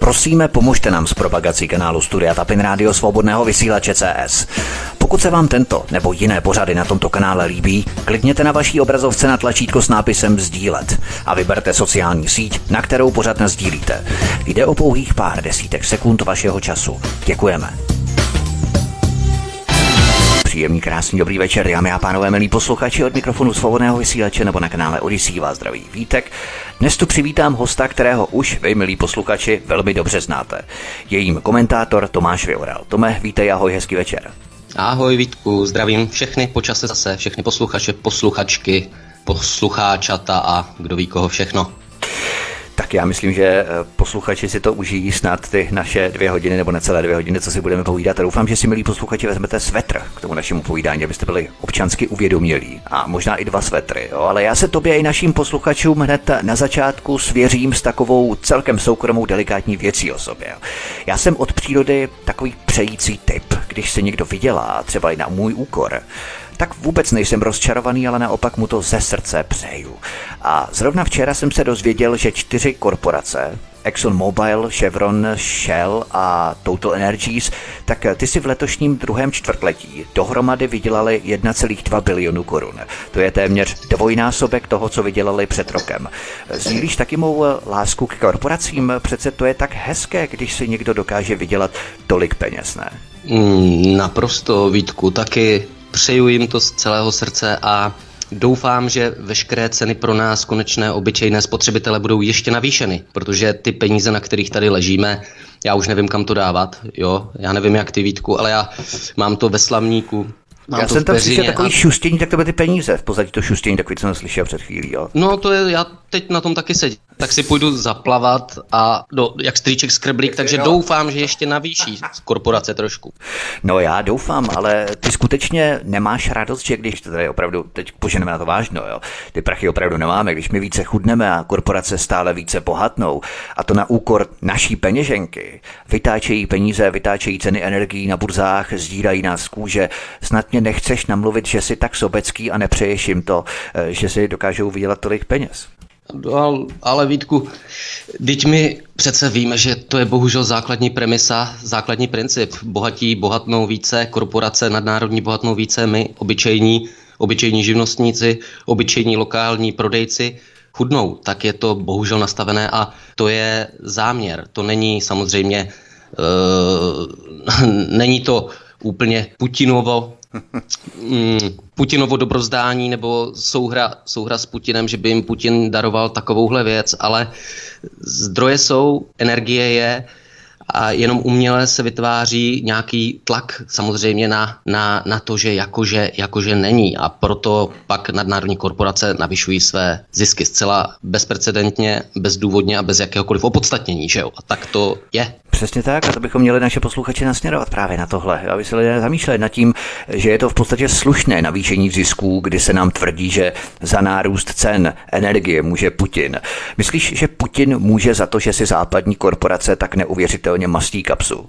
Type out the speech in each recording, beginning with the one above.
Prosíme, pomožte nám s propagací kanálu Studia Tapin Rádio Svobodného vysílače CS. Pokud se vám tento nebo jiné pořady na tomto kanále líbí, klikněte na vaší obrazovce na tlačítko s nápisem sdílet a vyberte sociální síť, na kterou pořad nasdílíte. Jde o pouhých pár desítek sekund vašeho času. Děkujeme. Příjemný, krásný, dobrý večer, dámy a pánové, milí posluchači, od mikrofonu Svobodného vysílače nebo na kanále Odyssey vás zdraví Vítek. Dnes tu přivítám hosta, kterého už vy, milí posluchači, velmi dobře znáte. Je jím komentátor Tomáš Vyvoral. Tome, vítej, ahoj, hezký večer. Ahoj Vítku, zdravím všechny po čase zase, všechny posluchače, posluchačky, poslucháčata a kdo ví koho všechno. Tak já myslím, že posluchači si to užijí snad ty naše 2 hodiny nebo necelé 2 hodiny, co si budeme povídat. A doufám, že si, milí posluchači, vezmete svetr k tomu našemu povídání, abyste byli občansky uvědomělí. A možná i 2 svetry. Jo? Ale já se tobě i našim posluchačům hned na začátku svěřím s takovou celkem soukromou delikátní věcí o sobě. Já jsem od přírody takový přející typ. Když se někdo vydělá, třeba i na můj úkor, tak vůbec nejsem rozčarovaný, ale naopak mu to ze srdce přeju. A zrovna včera jsem se dozvěděl, že 4 korporace, ExxonMobil, Chevron, Shell a Total Energies, tak ty si v letošním 2. čtvrtletí dohromady vydělali 1,2 bilionu korun. To je téměř dvojnásobek toho, co vydělali před rokem. Sdílíš taky mou lásku k korporacím? Přece to je tak hezké, když si někdo dokáže vydělat tolik peněz, ne? Naprosto, Vítku, taky přeju jim to z celého srdce a doufám, že veškeré ceny pro nás, konečné obyčejné spotřebitele, budou ještě navýšeny, protože ty peníze, na kterých tady ležíme, já už nevím, kam to dávat, jo, já nevím, jak ty, Vítku, ale já mám to ve slamníku. Já jsem tam slyšel takový šustění, tak to byly ty peníze, v podstatě to šustění, takový, co jsem slyšel před chvílí, jo. No to je, já teď na tom taky sedím, tak si půjdu zaplavat a jak strýček skrblík, takže doufám, že ještě navýší korporace trošku. No já doufám, ale ty skutečně nemáš radost, že když to tady opravdu, teď poženeme na to vážno, jo, ty prachy opravdu nemáme, když my více chudneme a korporace stále více bohatnou a to na úkor naší peněženky, vytáčejí peníze, vytáčejí ceny energií na burzách, sdírají nás z kůže, snad mě nechceš namluvit, že jsi tak sobecký a nepřeješ jim to, že si dokážou vydělat tolik peněz. Ale Vítku, teď my přece víme, že to je bohužel základní premisa, základní princip. Bohatí bohatnou více, korporace nadnárodní bohatnou více, my obyčejní živnostníci, obyčejní lokální prodejci chudnou. Tak je to bohužel nastavené a to je záměr. To není samozřejmě, není to úplně Putinovo dobrozdání nebo souhra s Putinem, že by jim Putin daroval takovouhle věc, ale zdroje jsou, energie je a jenom uměle se vytváří nějaký tlak samozřejmě na to, že jakože není a proto pak nadnárodní korporace navyšují své zisky zcela bezprecedentně, bezdůvodně a bez jakéhokoliv opodstatnění, že jo? A tak to je. Přesně tak, a to bychom měli naše posluchače nasměrovat právě na tohle, aby se lidé zamýšleli nad tím, že je to v podstatě slušné navýšení zisků, kdy se nám tvrdí, že za nárůst cen energie může Putin. Myslíš, že Putin může za to, že si západní korporace tak neuvěřitelně mastí kapsu?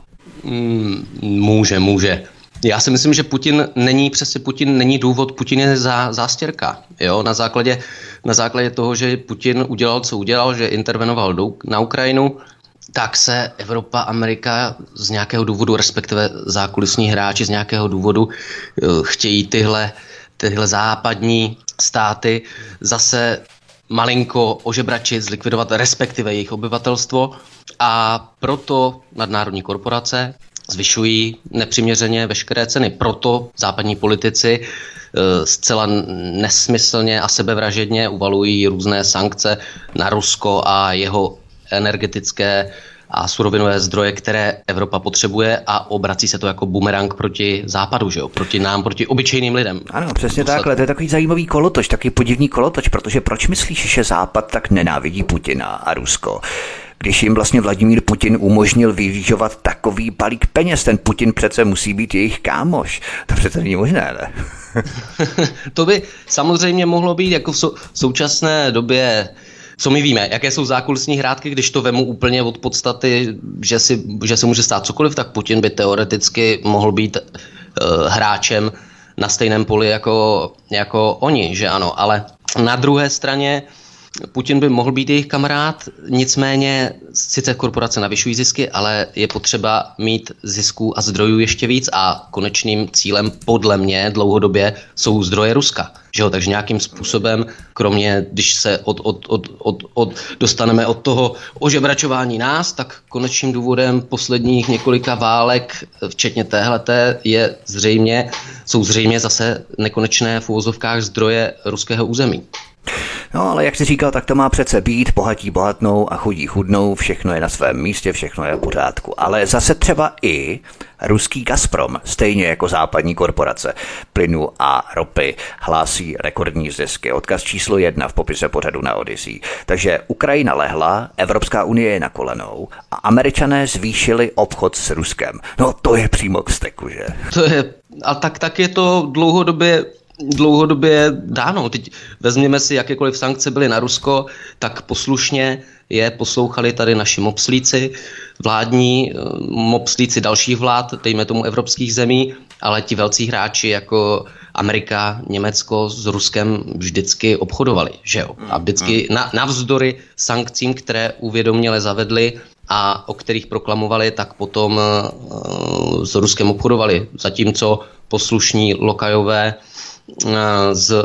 Může. Já si myslím, že Putin není důvod, Putin je zástěrka. Jo? Na základě toho, že Putin udělal, co udělal, že intervenoval na Ukrajinu, tak se Evropa, Amerika z nějakého důvodu, respektive zákulisní hráči z nějakého důvodu chtějí tyhle západní státy zase malinko ožebračit, zlikvidovat, respektive jejich obyvatelstvo a proto nadnárodní korporace zvyšují nepřiměřeně veškeré ceny. Proto západní politici zcela nesmyslně a sebevražedně uvalují různé sankce na Rusko a jeho energetické a surovinové zdroje, které Evropa potřebuje a obrací se to jako bumerang proti západu, že jo? Proti nám, proti obyčejným lidem. Ano, přesně takhle, to je takový zajímavý kolotoč, takový podivný kolotoč, protože proč myslíš, že Západ tak nenávidí Putina a Rusko? Když jim vlastně Vladimír Putin umožnil vyvížovat takový balík peněz, ten Putin přece musí být jejich kámoš. To přece není možné, ne? To by samozřejmě mohlo být jako v současné době. Co my víme, jaké jsou zákulisní hrátky, když to vemu úplně od podstaty, že se může stát cokoliv, tak Putin by teoreticky mohl být hráčem na stejném poli jako oni, že ano. Ale na druhé straně Putin by mohl být jejich kamarád, nicméně sice korporace navyšují zisky, ale je potřeba mít zisků a zdrojů ještě víc a konečným cílem podle mě dlouhodobě jsou zdroje Ruska. Že jo? Takže nějakým způsobem, kromě když se dostaneme od toho ožebračování nás, tak konečným důvodem posledních několika válek, včetně téhleté, jsou zřejmě zase nekonečné v uvozovkách zdroje ruského území. No, ale jak jsi říkal, tak to má přece být, bohatí bohatnou a chudí chudnou, všechno je na svém místě, všechno je v pořádku. Ale zase třeba i ruský Gazprom, stejně jako západní korporace plynu a ropy, hlásí rekordní zisky. Odkaz číslo 1 v popise pořadu na Odyssey. Takže Ukrajina lehla, Evropská unie je na kolenou a Američané zvýšili obchod s Ruskem. No to je přímo k steku, že? A tak je to dlouhodobě dáno. Teď vezměme si, jakékoliv sankce byly na Rusko, tak poslušně je poslouchali tady naši mopslíci, vládní mopslíci dalších vlád, dejme tomu evropských zemí, ale ti velcí hráči jako Amerika, Německo s Ruskem vždycky obchodovali, že jo? A vždycky navzdory sankcím, které uvědoměle zavedli a o kterých proklamovali, tak potom s Ruskem obchodovali. Zatímco poslušní lokajové z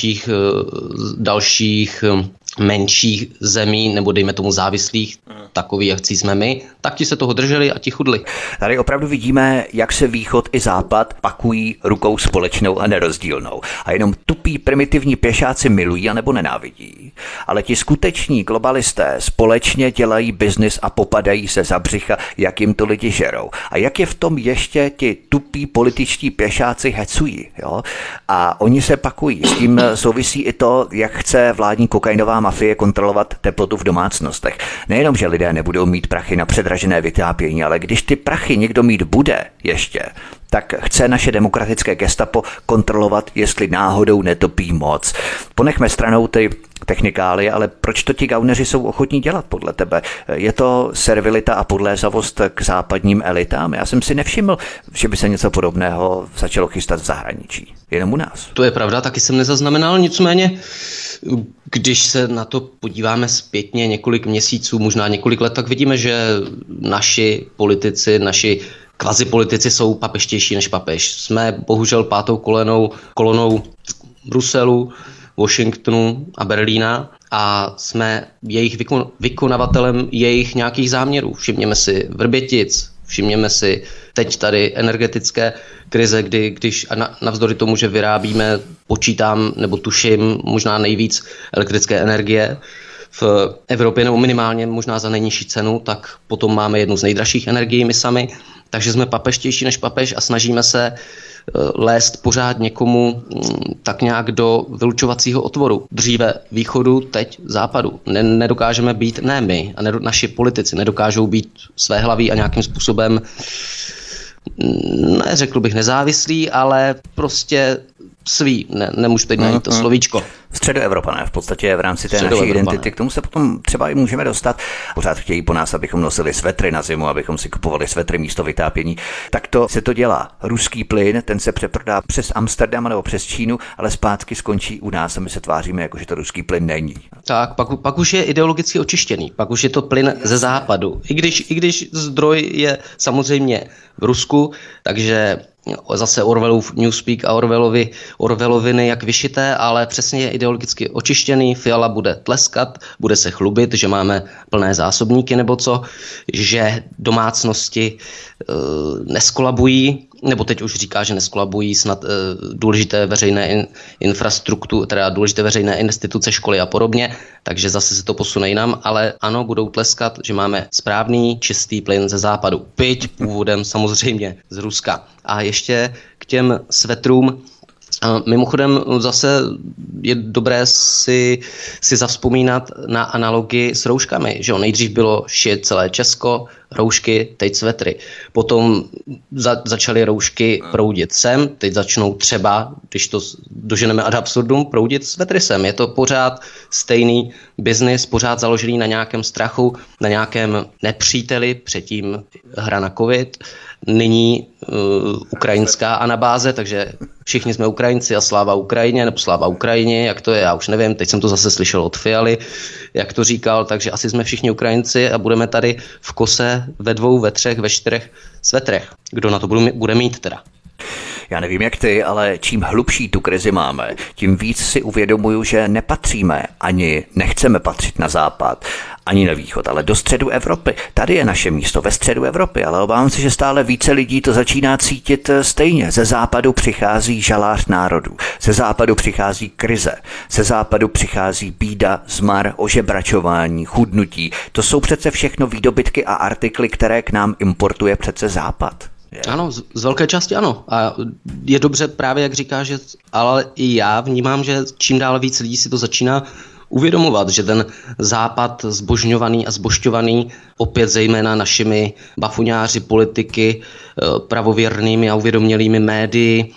dalších menších zemí, nebo dejme tomu závislých, takový, jak jsme my, tak ti se toho drželi a ti chudli. Tady opravdu vidíme, jak se východ i západ pakují rukou společnou a nerozdílnou. A jenom tupí primitivní pěšáci milují anebo nenávidí. Ale ti skuteční globalisté společně dělají biznis a popadají se za břicha, jak jim to lidi žerou. A jak je v tom ještě ti tupí političtí pěšáci hecují. Jo? A oni se pakují. S tím souvisí i to, jak chce vládní kokainová mafie kontrolovat teplotu v domácnostech. Nejenom, že lidé nebudou mít prachy na předražené vytápění, ale když ty prachy někdo mít bude ještě, tak chce naše demokratické gestapo kontrolovat, jestli náhodou netopí moc. Ponechme stranou ty technikály, ale proč to ti gauneři jsou ochotní dělat podle tebe? Je to servilita a podlézavost k západním elitám? Já jsem si nevšiml, že by se něco podobného začalo chystat v zahraničí. Jenom u nás. To je pravda, taky jsem nezaznamenal, nicméně když se na to podíváme zpětně několik měsíců, možná několik let, tak vidíme, že naši politici, naši kvazipolitici jsou papeštější než papež. Jsme bohužel pátou kolonou Bruselu, Washingtonu a Berlína a jsme jejich vykonavatelem jejich nějakých záměrů. Všimněme si Vrbětic, všimněme si teď tady energetické krize, když navzdory tomu, že vyrábíme, počítám nebo tuším možná nejvíc elektrické energie v Evropě, nebo minimálně možná za nejnižší cenu, tak potom máme jednu z nejdražších energií my sami. Takže jsme papeštější než papež a snažíme se lézt pořád někomu tak nějak do vylučovacího otvoru. Dříve východu, teď západu. Nedokážeme být, ne my, a naši politici nedokážou být svéhlaví a nějakým způsobem, neřekl bych nezávislý, ale prostě svý, nemůžu teď najít to slovíčko. Středoevropané v podstatě v rámci té naší identity. K tomu se potom třeba i můžeme dostat. Pořád chtějí po nás, abychom nosili svetry na zimu, abychom si kupovali svetry místo vytápění. Tak to se to dělá. Ruský plyn, ten se přeprodá přes Amsterdam nebo přes Čínu, ale zpátky skončí u nás a my se tváříme, jako že to ruský plyn není. Tak, pak už je ideologicky očištěný. Pak už je to plyn ze západu. I když zdroj je samozřejmě v Rusku, takže zase Orwellův Newspeak a Orwelloviny jak vyšité, ale přesně je ideologicky očištěný. Fiala bude tleskat, bude se chlubit, že máme plné zásobníky nebo co, že domácnosti neskolabují, nebo teď už říká, že neskolabují snad důležité veřejné infrastruktury, teda důležité veřejné instituce, školy a podobně, takže zase se to posune jinam, ale ano, budou tleskat, že máme správný, čistý plyn ze západu. Byť původem samozřejmě z Ruska. A ještě k těm svetrům. Mimochodem zase je dobré si zavzpomínat na analogii s rouškami. Že jo? Nejdřív bylo šit celé Česko, roušky, teď svetry. Potom začaly roušky proudit sem, teď začnou třeba, když to doženeme ad absurdum, proudit svetry sem. Je to pořád stejný biznis, pořád založený na nějakém strachu, na nějakém nepříteli, předtím hra na covid, nyní ukrajinská anabáze, takže všichni jsme Ukrajinci a sláva Ukrajině, nebo sláva Ukrajině, jak to je, já už nevím, teď jsem to zase slyšel od Fialy, jak to říkal, takže asi jsme všichni Ukrajinci a budeme tady v kose ve 2, ve 3, ve 4 svetrech. Kdo na to bude mít teda? Já nevím jak ty, ale čím hlubší tu krizi máme, tím víc si uvědomuju, že nepatříme ani nechceme patřit na západ, ani na východ, ale do středu Evropy. Tady je naše místo, ve středu Evropy, ale obávám se, že stále více lidí to začíná cítit stejně. Ze západu přichází žalář národů, ze západu přichází krize, ze západu přichází bída, zmar, ožebračování, chudnutí. To jsou přece všechno výdobytky a artikly, které k nám importuje přece západ. Ano, z velké části ano. A je dobře právě, jak říkáš, že, ale i já vnímám, že čím dál víc lidí si to začíná uvědomovat, že ten západ zbožňovaný a zbožťovaný opět zejména našimi bafuňáři, politiky, pravověrnými a uvědomělými médii,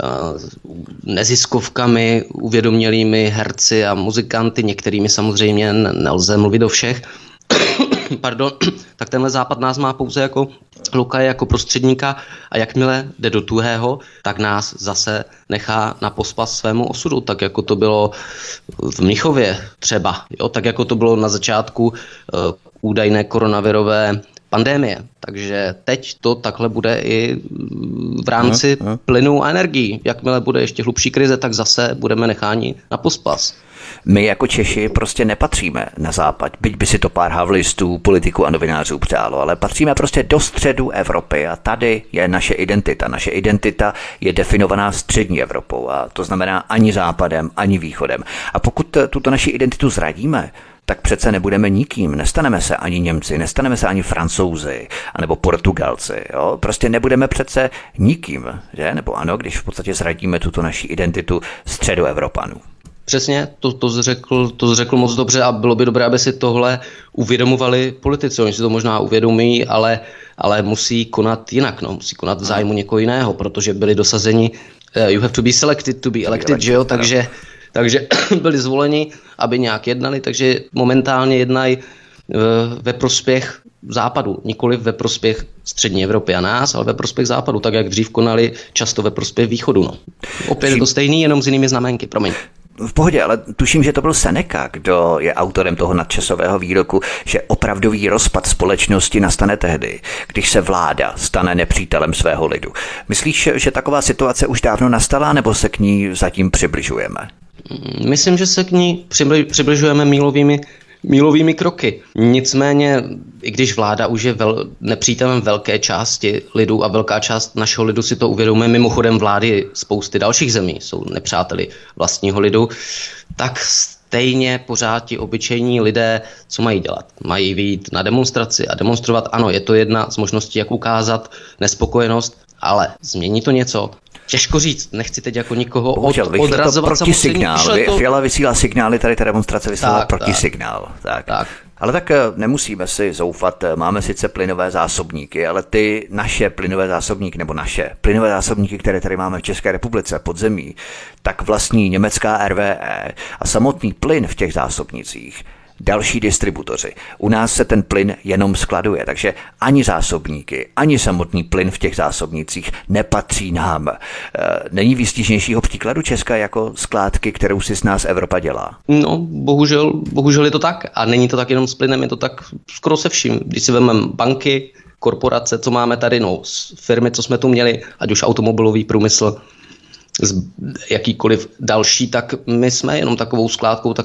neziskovkami, uvědomělými herci a muzikanty, některými samozřejmě nelze mluvit o všech, pardon, tak tenhle západ nás má pouze jako lokaje, jako prostředníka a jakmile jde do tuhého, tak nás zase nechá na pospas svému osudu, tak jako to bylo v Mnichově třeba, jo? Tak jako to bylo na začátku údajné koronavirové pandémie. Takže teď to takhle bude i v rámci plynu a energií. Jakmile bude ještě hlubší krize, tak zase budeme necháni na pospas. My jako Češi prostě nepatříme na západ, byť by si to pár havlistů, politiků a novinářů přálo, ale patříme prostě do středu Evropy a tady je naše identita. Naše identita je definovaná střední Evropou a to znamená ani západem, ani východem. A pokud tuto naši identitu zradíme, tak přece nebudeme nikým, nestaneme se ani Němci, nestaneme se ani Francouzi, anebo Portugalci, jo? Prostě nebudeme přece nikým, že? Nebo ano, když v podstatě zradíme tuto naši identitu středoevropanů. Přesně, to řekl moc dobře a bylo by dobré, aby si tohle uvědomovali politici. Oni si to možná uvědomí, ale musí konat jinak, no. Musí konat v zájmu někoho jiného, protože byli dosazeni, you have to be selected to be elected, že jo, takže byli zvoleni, aby nějak jednali, takže momentálně jednají ve prospěch západu, nikoli ve prospěch střední Evropy a nás, ale ve prospěch západu, tak jak dřív konali často ve prospěch východu. No. Opět je to stejný, jenom s jinými znamenky, promiň. V pohodě, ale tuším, že to byl Seneca, kdo je autorem toho nadčasového výroku, že opravdový rozpad společnosti nastane tehdy, když se vláda stane nepřítelem svého lidu. Myslíš, že taková situace už dávno nastala, nebo se k ní zatím přibližujeme? Myslím, že se k ní přibližujeme mílovými kroky. Nicméně, i když vláda už je nepřítelem velké části lidu a velká část našeho lidu si to uvědomuje, mimochodem vlády spousty dalších zemí jsou nepřáteli vlastního lidu, tak stejně pořád ti obyčejní lidé, co mají dělat? Mají vyjít na demonstraci a demonstrovat. Ano, je to jedna z možností, jak ukázat nespokojenost, ale změní to něco? Těžko říct, nechci teď jako nikoho odrazovat samozřejmě. Fiala vysílá signály, tady ta demonstrace vysílá protisignál. Tak. Ale tak nemusíme si zoufat, máme sice plynové zásobníky, ale ty naše plynové zásobníky, nebo naše plynové zásobníky, které tady máme v České republice podzemí, tak vlastní německá RWE a samotný plyn v těch zásobnicích další distributoři. U nás se ten plyn jenom skladuje, takže ani zásobníky, ani samotný plyn v těch zásobnicích nepatří nám. Není výstižnějšího příkladu Česka jako skládky, kterou si s nás Evropa dělá? No, bohužel je to tak. A není to tak jenom s plynem, je to tak skoro se vším. Když si vezmeme banky, korporace, co máme tady, firmy, co jsme tu měli, ať už automobilový průmysl, jakýkoliv další, tak my jsme jenom takovou skládkou,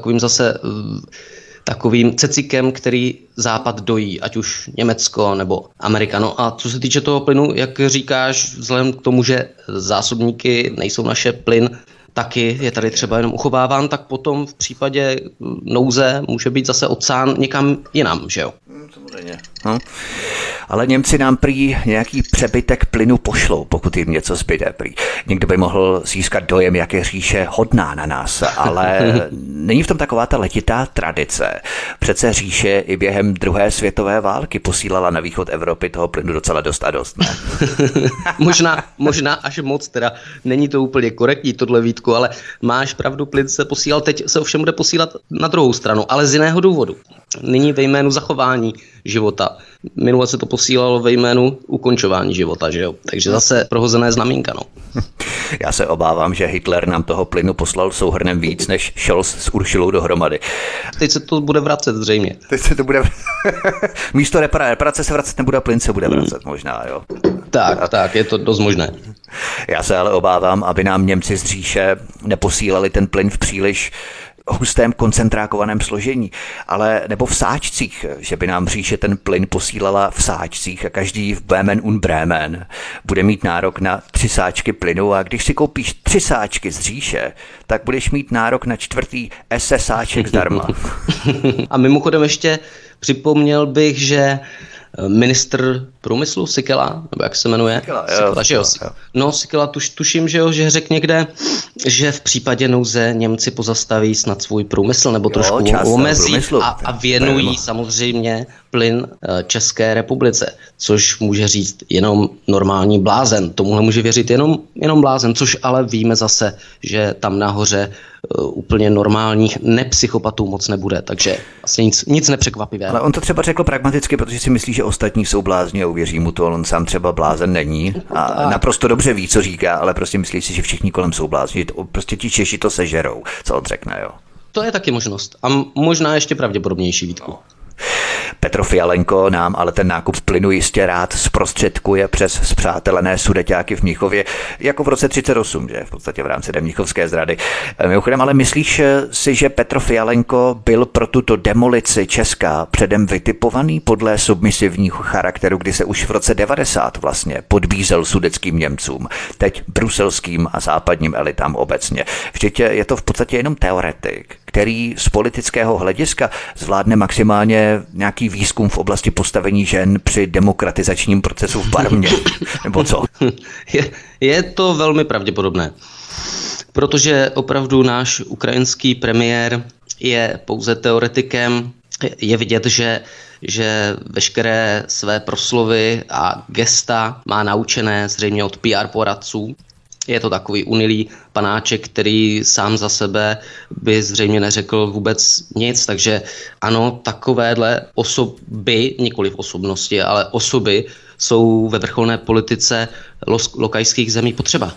takovým cecikem, který západ dojí, ať už Německo nebo Amerika. No a co se týče toho plynu, jak říkáš, vzhledem k tomu, že zásobníky nejsou naše, plyn taky je tady třeba jenom uchováván, tak potom v případě nouze může být zase odsán někam jinam, že jo? Samozřejmě. Ale Němci nám prý nějaký přebytek plynu pošlou, pokud jim něco zbyde prý. Někdo by mohl získat dojem, jak je říše hodná na nás, ale není v tom taková ta letitá tradice. Přece říše i během druhé světové války posílala na východ Evropy toho plynu docela dost a dost, ne? možná až moc, teda není to úplně korektní tohle, Vítku, ale máš pravdu, plyn se posílal, teď se ovšem bude posílat na druhou stranu, ale z jiného důvodu. Nyní ve jménu zachování života. Minule se to posílalo ve jménu ukončování života, že jo? Takže zase prohozené znamínka, no. Já se obávám, že Hitler nám toho plynu poslal souhrnem víc než Scholz s Uršulou dohromady. Teď se to bude vracet zřejmě. Teď se to bude... Místo reparace se vracet nebude, plyn se bude vracet možná, jo. Tak, je to dost možné. Já se ale obávám, aby nám Němci z říše neposílali ten plyn v příliš hustém koncentrákovaném složení, ale nebo v sáčcích, že by nám říše ten plyn posílala v sáčcích a každý v Bremen und Bremen bude mít nárok na 3 sáčky plynu a když si koupíš 3 sáčky z říše, tak budeš mít nárok na 4. SS sáček zdarma. A mimochodem ještě připomněl bych, že ministr průmyslu Síkela, nebo jak se jmenuje? Síkela. No, Síkela tuším, že řekl někde, že v případě nouze Němci pozastaví snad svůj průmysl, nebo trošku omezí a věnují samozřejmě plyn České republice, což může říct jenom normální blázen. Tomuhle může věřit jenom blázen, což ale víme zase, že tam nahoře úplně normálních nepsychopatů moc nebude, takže vlastně nic nepřekvapivého. Ale on to třeba řekl pragmaticky, protože si myslí, že ostatní jsou blázni a uvěří mu to, on sám třeba blázen není a naprosto dobře ví, co říká, ale prostě myslí si, že všichni kolem jsou blázni, prostě ti Češi to sežerou, co on řekne, jo. To je taky možnost a možná ještě pravděpodobnější, Vítku. No. Petro Fialenko nám ale ten nákup plynu jistě rád zprostředkuje přes spřátelené Sudeťáky v Mnichově, jako v roce 1938, že v podstatě v rámci mnichovské zrady. Mimochodem, ale myslíš si, že Petro Fialenko byl pro tuto demolici Česka předem vytipovaný podle submisivního charakteru, kdy se už v roce 90 vlastně podbízel sudetským Němcům, teď bruselským a západním elitám obecně. Vždyť je to v podstatě jenom teoretik, který z politického hlediska zvládne maximálně nějaký výzkum v oblasti postavení žen při demokratizačním procesu v Barmě, nebo co? Je to velmi pravděpodobné, protože opravdu náš ukrajinský premiér je pouze teoretikem. Je vidět, že veškeré své proslovy a gesta má naučené zřejmě od PR poradců. Je to takový unilý panáček, který sám za sebe by zřejmě neřekl vůbec nic, takže ano, takovéhle osoby, nikoliv osobnosti, ale osoby jsou ve vrcholné politice lokajských zemí potřeba.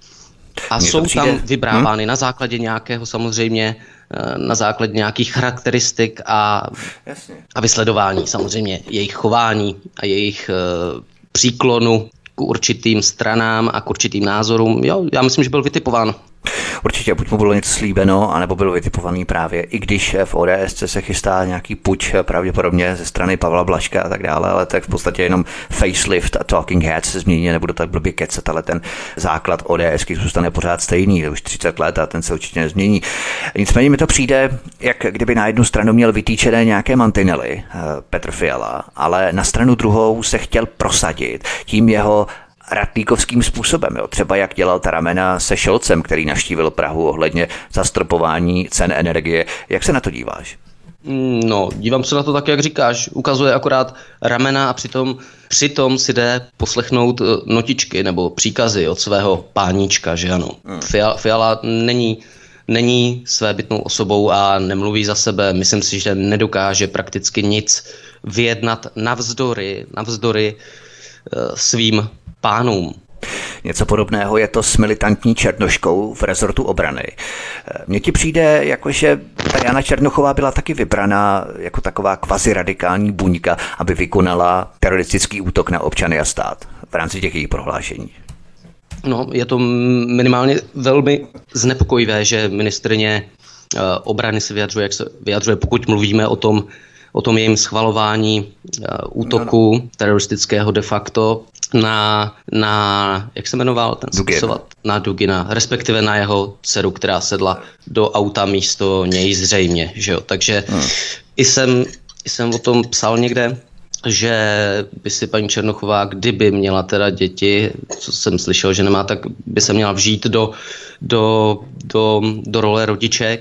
A jsou tam vybrávány na základě nějakého samozřejmě, na základě nějakých charakteristik a vysledování samozřejmě jejich chování a jejich příklonu k určitým stranám a k určitým názorům. Jo, já myslím, že byl vytipován. Určitě, buď mu bylo něco slíbeno, anebo byl vytipovaný právě, i když v ODS se chystá nějaký puč pravděpodobně ze strany Pavla Blažka a tak dále, ale tak v podstatě jenom facelift a talking heads se změní, nebudu tak blbě kecat, ale ten základ ODSky zůstane pořád stejný, už 30 let a ten se určitě nezmění. Nicméně mi to přijde, jak kdyby na jednu stranu měl vytýčené nějaké mantinely Petr Fiala, ale na stranu druhou se chtěl prosadit tím jeho ratlíkovským způsobem, jo. Třeba jak dělal ta ramena se Scholzem, který navštívil Prahu ohledně zastropování cen energie. Jak se na to díváš? No, dívám se na to tak, jak říkáš. Ukazuje akorát ramena a přitom si jde poslechnout notičky nebo příkazy od svého páníčka, že ano. Fiala není svébytnou osobou a nemluví za sebe. Myslím si, že nedokáže prakticky nic vyjednat navzdory svým pánům. Něco podobného je to s militantní Černoškou v rezortu obrany. Mně ti přijde, jakože ta Jana Černochová byla taky vybraná jako taková kvaziradikální buňka, aby vykonala teroristický útok na občany a stát v rámci těch jejich prohlášení. No, je to minimálně velmi znepokojivé, že ministryně obrany se vyjadřuje, jak se vyjadřuje, pokud mluvíme o tom jejím schvalování útoku teroristického de facto na jak se jmenoval ten spisovat? Na Dugina, respektive na jeho dceru, která sedla do auta místo něj zřejmě, že jo. Takže i jsem o tom psal někde, že by si paní Černochová, kdyby měla teda děti, co jsem slyšel, že nemá, tak by se měla vžít do role rodiče,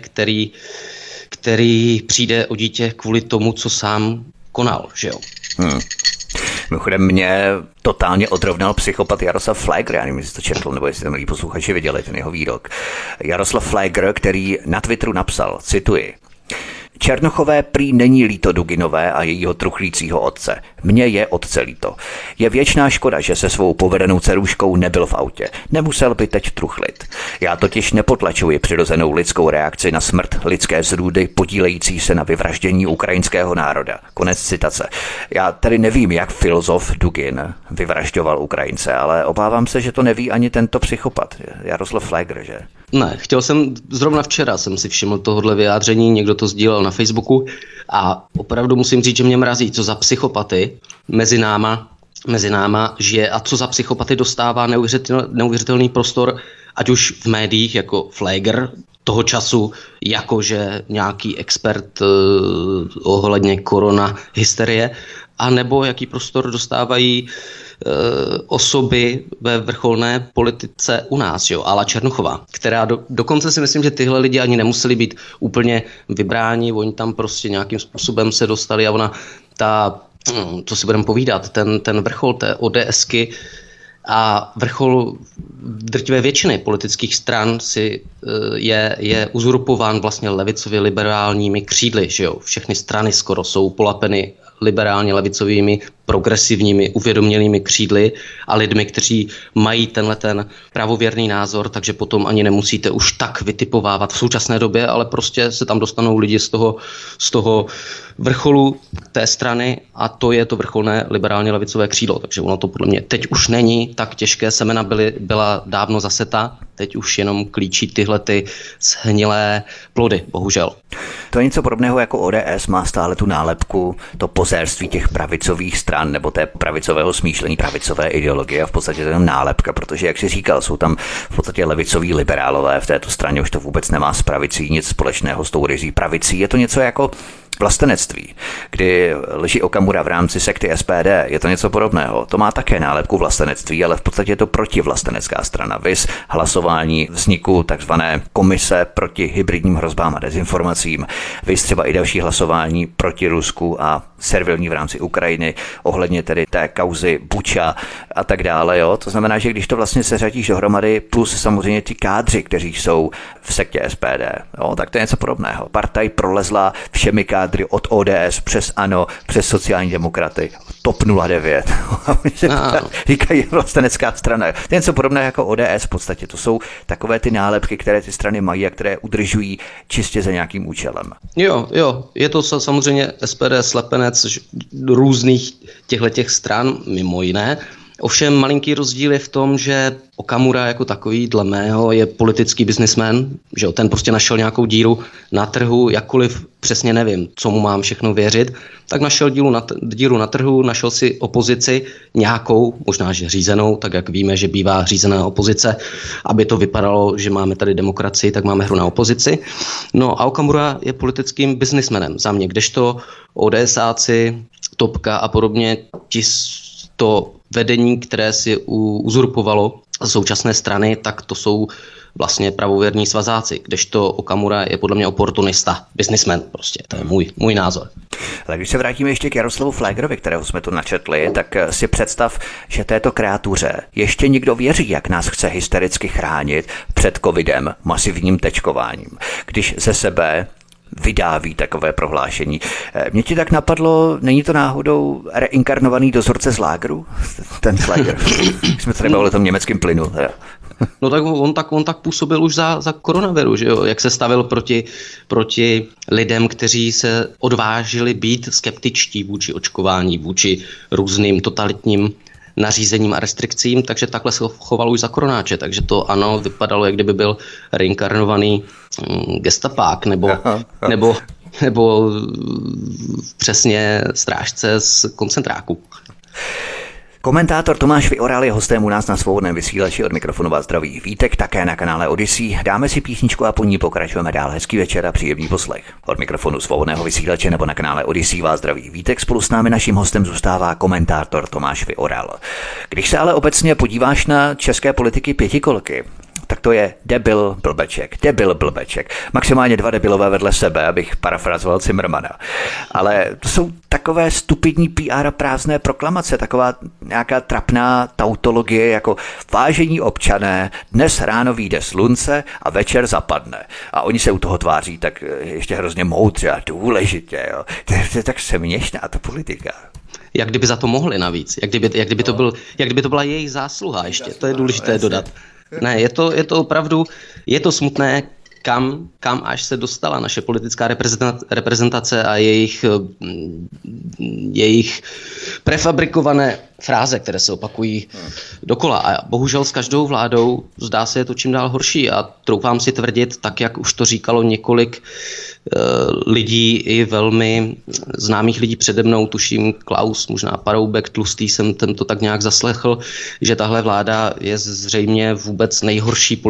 který přijde o dítě kvůli tomu, co sám konal, že jo. Mimochodem mě totálně odrovnal psychopat Jaroslav Flegr, já nevím, jestli to četl, nebo jestli to milí posluchači viděli, ten jeho výrok. Jaroslav Flegr, který na Twitteru napsal, cituji: Černochové prý není líto Duginové a jejího truchlícího otce. Mně je otce líto. Je věčná škoda, že se svou povedenou dcerůškou nebyl v autě. Nemusel by teď truchlit. Já totiž nepotlačuji přirozenou lidskou reakci na smrt lidské zrůdy podílející se na vyvraždění ukrajinského národa. Konec citace. Já tedy nevím, jak filozof Dugin vyvražďoval Ukrajince, ale obávám se, že to neví ani tento psychopat. Jaroslav Flegr, že? Ne, zrovna včera jsem si všiml tohohle vyjádření, někdo to sdílel na Facebooku a opravdu musím říct, že mě mrazí, co za psychopaty mezi náma žije a co za psychopaty dostává neuvěřitelný prostor, ať už v médiích jako Flegr, toho času jakože nějaký expert ohledně korona hysterie, a nebo jaký prostor dostávají osoby ve vrcholné politice u nás, jo, Ala Černochová, která dokonce si myslím, že tyhle lidi ani nemuseli být úplně vybráni, oni tam prostě nějakým způsobem se dostali a ona, co si budeme povídat, ten vrchol té ODSky a vrchol drtivé většiny politických stran je uzurpován vlastně levicově liberálními křídly, že jo, všechny strany skoro jsou polapeny liberálně levicovými, progresivními, uvědomělými křídly a lidmi, kteří mají ten pravověrný názor, takže potom ani nemusíte už tak vytipovávat v současné době, ale prostě se tam dostanou lidi z toho vrcholu té strany a to je to vrcholné liberálně levicové křídlo. Takže ono to podle mě teď už není tak těžké, semena byla dávno zaseta, teď už jenom klíčí tyhle ty shnilé plody, bohužel. To je něco podobného jako ODS má stále tu nálepku, to pozérství těch pravicových stran nebo té pravicového smýšlení, pravicové ideologie a v podstatě to je jenom nálepka, protože, jak jsi říkal, jsou tam v podstatě levicoví liberálové v této straně, už to vůbec nemá s pravicí nic společného s tou ryzí pravicí. Je to něco jako vlastenectví, kdy leží Okamura v rámci sekty SPD, je to něco podobného. To má také nálepku vlastenectví, ale v podstatě je to protivlastenecká strana. Viz hlasování vzniku takzvané komise proti hybridním hrozbám a dezinformacím, viz třeba i další hlasování proti Rusku a servilní v rámci Ukrajiny, ohledně tedy té kauzy Buča a tak dále. Jo? To znamená, že když to vlastně seřadíš dohromady, plus samozřejmě ty kádři, kteří jsou v sektě SPD, jo? Tak to je něco podobného. Partaj prolezla všemi kádry od ODS přes ANO, přes sociální demokraty, TOP 09. Říkají vlastenecká strana. To je něco podobného jako ODS v podstatě. To jsou takové ty nálepky, které ty strany mají a které udržují čistě za nějakým účelem. Jo, je to samozřejmě SPD slepenec různých těchto stran, mimo jiné. Ovšem malinký rozdíl je v tom, že Okamura jako takový, dle mého, je politický biznismen, že jo, ten prostě našel nějakou díru na trhu, jakkoliv přesně nevím, co mu mám všechno věřit, tak našel díru na trhu, našel si opozici nějakou, možná že řízenou, tak jak víme, že bývá řízená opozice, aby to vypadalo, že máme tady demokracii, tak máme hru na opozici. No a Okamura je politickým biznismenem za mě, kdežto ODSáci, Topka a podobně, to vedení, které si uzurpovalo současné strany, tak to jsou vlastně pravověrní svazáci, kdežto Okamura je podle mě oportunista, biznismen prostě, to je můj názor. Ale když se vrátíme ještě k Jaroslavu Flegrovi, kterého jsme tu načetli, tak si představ, že této kreatuře ještě někdo věří, jak nás chce hystericky chránit před covidem, masivním tečkováním. Když ze sebe vydáví takové prohlášení. Mně ti tak napadlo, není to náhodou reinkarnovaný dozorce z lágru? Ten Flegr. Jsme tady bavili o tom německém plynu. No tak on tak působil už za koronaviru, že jo? Jak se stavil proti lidem, kteří se odvážili být skeptičtí vůči očkování, vůči různým totalitním nařízením a restrikcím, takže takhle se choval už za koronáče, takže to ano, vypadalo, jak kdyby byl reinkarnovaný gestapák nebo přesně strážce z koncentráku. Komentátor Tomáš Vyoral je hostem u nás na Svobodném vysílači, od mikrofonu vás zdraví Vítek, také na kanále Odyssey. Dáme si písničku a po ní pokračujeme dál. Hezký večer a příjemný poslech. Od mikrofonu Svobodného vysílače nebo na kanále Odyssey vás zdraví Vítek. Spolu s námi naším hostem zůstává komentátor Tomáš Vyoral. Když se ale obecně podíváš na české politiky pětikolky, tak to je debil blbeček. Maximálně 2 debilové vedle sebe, abych parafrazoval Cimrmana. Ale to jsou takové stupidní PR a prázdné proklamace, taková nějaká trapná tautologie jako vážení občané, dnes ráno vyjde slunce a večer zapadne. A oni se u toho tváří tak ještě hrozně moudře a důležitě. Jo. To je tak směšná ta politika. Jak kdyby za to mohli navíc, jak kdyby to byla jejich zásluha ještě, to je důležité dodat. Ne, je to opravdu, je to smutné, kam až se dostala naše politická reprezentace a jejich prefabrikované fráze, které se opakují dokola. A bohužel s každou vládou zdá se je to čím dál horší a troufám si tvrdit, tak jak už to říkalo několik lidí, i velmi známých lidí přede mnou, tuším Klaus, možná Paroubek, Tlustý, jsem to tak nějak zaslechl, že tahle vláda je zřejmě vůbec nejhorší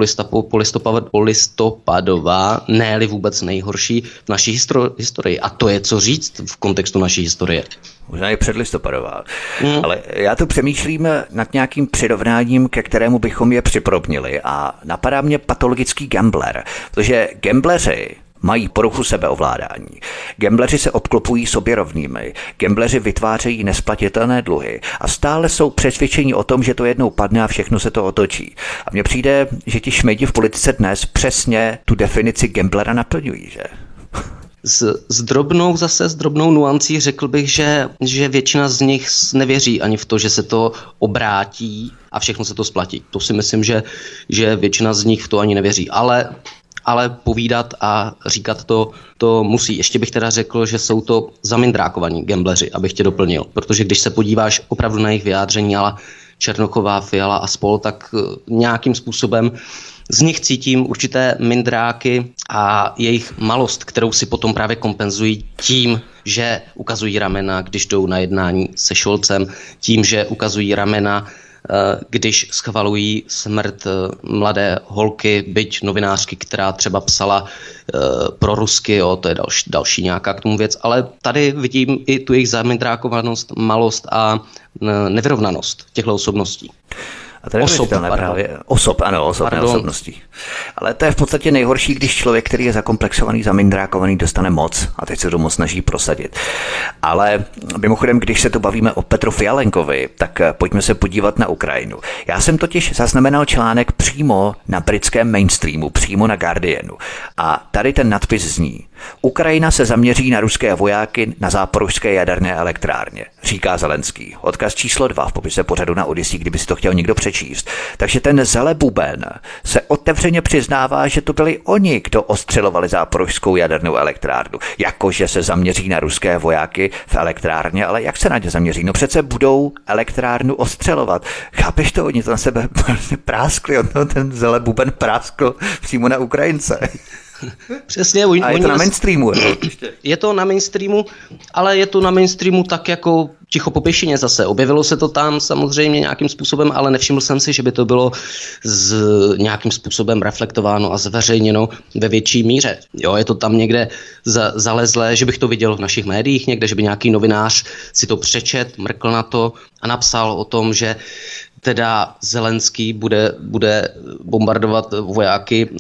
polistopadová, ne-li vůbec nejhorší v naší historii. A to je co říct v kontextu naší historie. Možná i předlistopadová. Ale já tu přemýšlím nad nějakým přirovnáním, ke kterému bychom je připodobnili a napadá mě patologický gambler, protože gambleři mají poruchu sebeovládání. Gambleři se obklopují sobě rovnými. Gambleři vytvářejí nesplatitelné dluhy a stále jsou přesvědčeni o tom, že to jednou padne a všechno se to otočí. A mně přijde, že ti šmejdi v politice dnes přesně tu definici gamblera naplňují, že? S drobnou nuancí řekl bych, že většina z nich nevěří ani v to, že se to obrátí a všechno se to splatí. To si myslím, že většina z nich v to ani nevěří. Ale povídat a říkat to musí. Ještě bych teda řekl, že jsou to zamindrákovaní gambleři, abych tě doplnil. Protože když se podíváš opravdu na jejich vyjádření, ale Černochová, Fiala a spol, tak nějakým způsobem z nich cítím určité mindráky a jejich malost, kterou si potom právě kompenzují tím, že ukazují ramena, když jdou na jednání se Scholzem, tím, že ukazují ramena, když schvalují smrt mladé holky, byť novinářky, která třeba psala prorusky, to je další nějaká k tomu věc, ale tady vidím i tu jejich zamindrákovanost, malost a nevyrovnanost těchto osobností. A to je osob, osobností. Ale to je v podstatě nejhorší, když člověk, který je zakomplexovaný, zamindrákovaný, dostane moc a teď se to moc snaží prosadit. Ale mimochodem, když se to bavíme o Petru Fialenkovi, tak pojďme se podívat na Ukrajinu. Já jsem totiž zaznamenal článek přímo na britském mainstreamu, přímo na Guardianu. A tady ten nadpis zní: Ukrajina se zaměří na ruské vojáky na záporožské jaderné elektrárně, říká Zelenský. Odkaz číslo 2 v popise pořadu na Odyssey, kdyby si to chtěl někdo přečíst. Takže ten Zelebuben se otevřeně přiznává, že to byli oni, kdo ostřelovali záporožskou jadernou elektrárnu. Jakože se zaměří na ruské vojáky v elektrárně, ale jak se na ně zaměří? No přece budou elektrárnu ostřelovat. Chápeš to? Oni to na sebe práskli, ten Zelebuben práskl přímo na Ukrajince. Přesně. A je to na mainstreamu. Je to na mainstreamu, ale je to na mainstreamu tak jako ticho po pěšině zase. Objevilo se to tam samozřejmě nějakým způsobem, ale nevšiml jsem si, že by to bylo nějakým způsobem reflektováno a zveřejněno ve větší míře. Jo, je to tam někde zalezlé, že bych to viděl v našich médiích někde, že by nějaký novinář si to přečet, mrkl na to a napsal o tom, že teda Zelenský bude bombardovat vojáky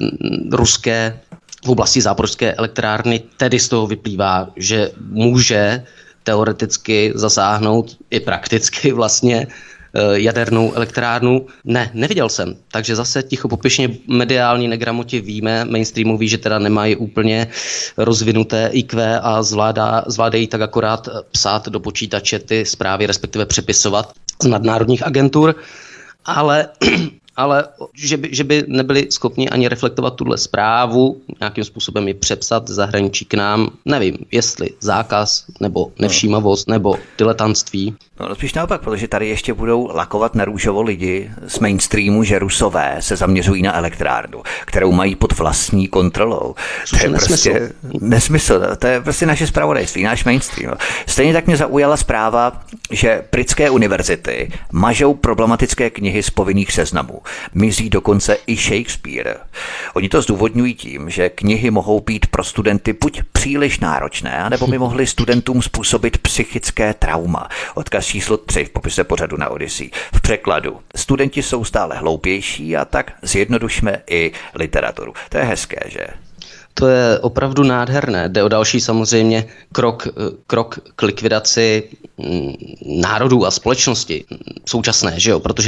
ruské v oblasti záporožské elektrárny, tedy z toho vyplývá, že může teoreticky zasáhnout i prakticky vlastně jadernou elektrárnu. Ne, neviděl jsem. Takže zase ticho popěšně mediální negramoti víme, mainstreamoví, že teda nemají úplně rozvinuté IQ a zvládají tak akorát psát do počítače ty zprávy, respektive přepisovat z nadnárodních agentur. Ale ale že by nebyli schopni ani reflektovat tuhle zprávu, nějakým způsobem ji přepsat zahraničí k nám, nevím, jestli zákaz, nebo nevšímavost, nebo diletantství. No spíš naopak, protože tady ještě budou lakovat na růžovo lidi z mainstreamu, že Rusové se zaměřují na elektrárnu, kterou mají pod vlastní kontrolou. To je prostě nesmysl. To je prostě naše zpravodajství, náš mainstream. Stejně tak mě zaujala zpráva, že britské univerzity mažou problematické knihy z povinných seznamů. Mizí dokonce i Shakespeare. Oni to zdůvodňují tím, že knihy mohou být pro studenty buď příliš náročné, anebo by mohly studentům způsobit psychické trauma. Odkaz číslo 3 v popise pořadu na Odyssey. V překladu. Studenti jsou stále hloupější a tak zjednodušme i literaturu. To je hezké, že? To je opravdu nádherné. Jde o další samozřejmě krok k likvidaci národů a společnosti současné, že jo? Protože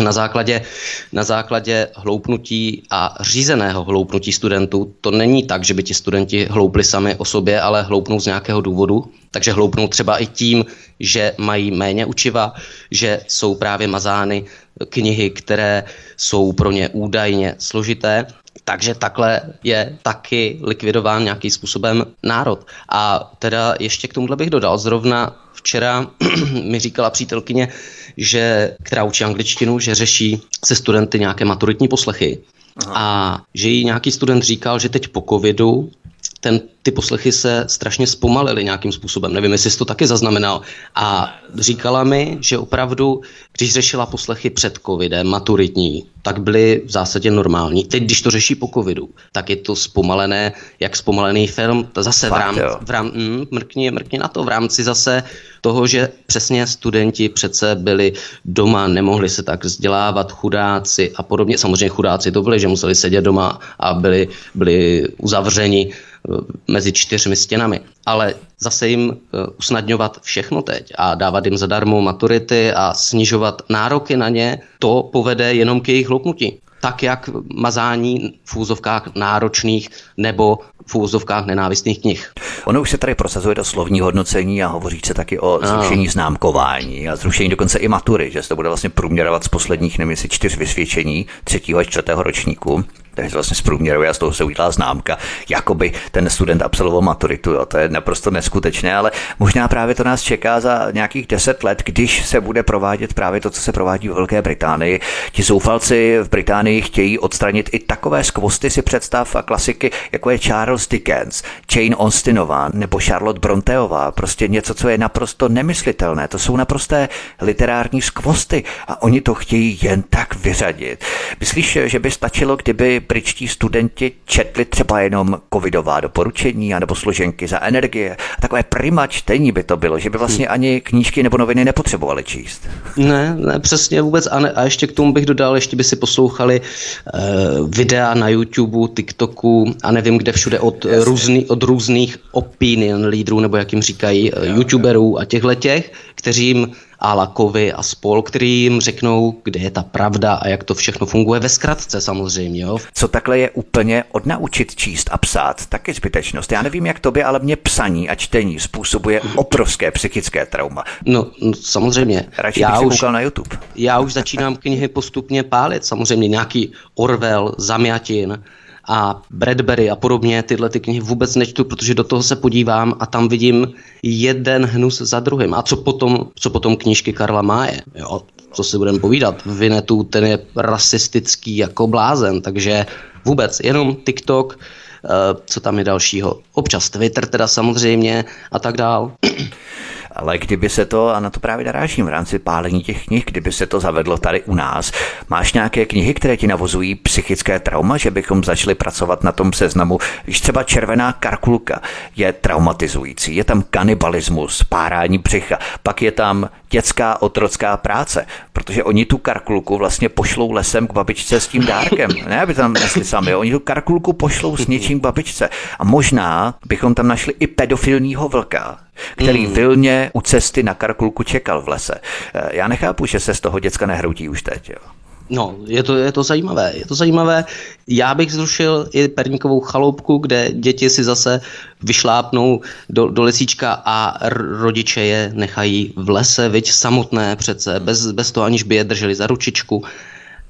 na základě hloupnutí a řízeného hloupnutí studentů to není tak, že by ti studenti hloupli sami o sobě, ale hloupnou z nějakého důvodu. Takže hloupnou třeba i tím, že mají méně učiva, že jsou právě mazány knihy, které jsou pro ně údajně složité. Takže takhle je taky likvidován nějakým způsobem národ. A teda ještě k tomuhle bych dodal, zrovna včera mi říkala přítelkyně, která učí angličtinu, že řeší se studenty nějaké maturitní poslechy. Aha. A že jí nějaký student říkal, že teď po covidu ty poslechy se strašně zpomalily nějakým způsobem. Nevím, jestli jsi to taky zaznamenal. A říkala mi, že opravdu, když řešila poslechy před covidem, maturitní, tak byly v zásadě normální. Teď, když to řeší po covidu, tak je to zpomalené, jak zpomalený film. To zase mrkni na to, v rámci zase toho, že přesně studenti přece byli doma, nemohli se tak vzdělávat, chudáci a podobně. Samozřejmě chudáci to byli, že museli sedět doma a byli uzavřeni mezi 4 stěnami. Ale zase jim usnadňovat všechno teď a dávat jim zadarmo maturity a snižovat nároky na ně, to povede jenom k jejich hloupnutí. Tak jak mazání v úzovkách náročných nebo v úzovkách nenávistných knih. Ono už se tady prosazuje to slovní hodnocení a hovoří se taky o zrušení známkování a zrušení dokonce i matury, že se to bude vlastně průměrovat z posledních, nevím, 4 vysvědčení 3. a 4. ročníku. Takže vlastně zprůměruje a z toho se udělá známka, jakoby ten student absolvoval maturitu. Jo. To je naprosto neskutečné, ale možná právě to nás čeká za nějakých 10 let, když se bude provádět právě to, co se provádí ve Velké Británii. Ti zoufalci v Británii chtějí odstranit i takové skvosty, si představ, a klasiky, jako je Charles Dickens, Jane Austenová nebo Charlotte Bronteová. Prostě něco, co je naprosto nemyslitelné. To jsou naprosté literární skvosty a oni to chtějí jen tak vyřadit. Myslíš, že by stačilo, kdyby britští studenti četli třeba jenom covidová doporučení anebo složenky za energie? Takové prima čtení by to bylo, že by vlastně ani knížky nebo noviny nepotřebovali číst. Ne, přesně vůbec. A ještě k tomu bych dodal, ještě by si poslouchali videa na YouTube, TikToku a nevím kde všude od různých opinion lídrů, nebo jak jim říkají, YouTuberů a těch, kteří jim Kovy a spol, který jim řeknou, kde je ta pravda a jak to všechno funguje ve zkratce samozřejmě. Jo. Co takhle je úplně odnaučit číst a psát, taky zbytečnost. Já nevím, jak tobě, ale mě psaní a čtení způsobuje obrovské psychické trauma. No samozřejmě. Radši bych si koukal na YouTube. Já už začínám knihy postupně pálit. Samozřejmě nějaký Orwell, Zamjatin a Bradbury a podobně, tyhle ty knihy vůbec nečtu, protože do toho se podívám a tam vidím jeden hnus za druhým. A co potom knížky Karla Maye, jo? Co si budeme povídat? Winnetou, ten je rasistický jako blázen, takže vůbec jenom TikTok, co tam je dalšího? Občas Twitter teda samozřejmě a tak dál. Ale kdyby se to, a na to právě narážím v rámci pálení těch knih, kdyby se to zavedlo tady u nás, máš nějaké knihy, které ti navozují psychické trauma, že bychom začali pracovat na tom seznamu? Když třeba Červená karkulka je traumatizující, je tam kanibalismus, párání břicha, pak je tam dětská otrocká práce, protože oni tu karkulku vlastně pošlou lesem k babičce s tím dárkem. Ne, aby tam nesli sami, oni tu karkulku pošlou s něčím k babičce. A možná bychom tam našli i pedofilního vlka, který vilně u cesty na karkulku čekal v lese. Já nechápu, že se z toho děcka nehroutí už teď. Jo. No, je to zajímavé. Já bych zrušil i Perníkovou chaloupku, kde děti si zase vyšlápnou do lesíčka a rodiče je nechají v lese, viď samotné přece, bez toho, aniž by je drželi za ručičku.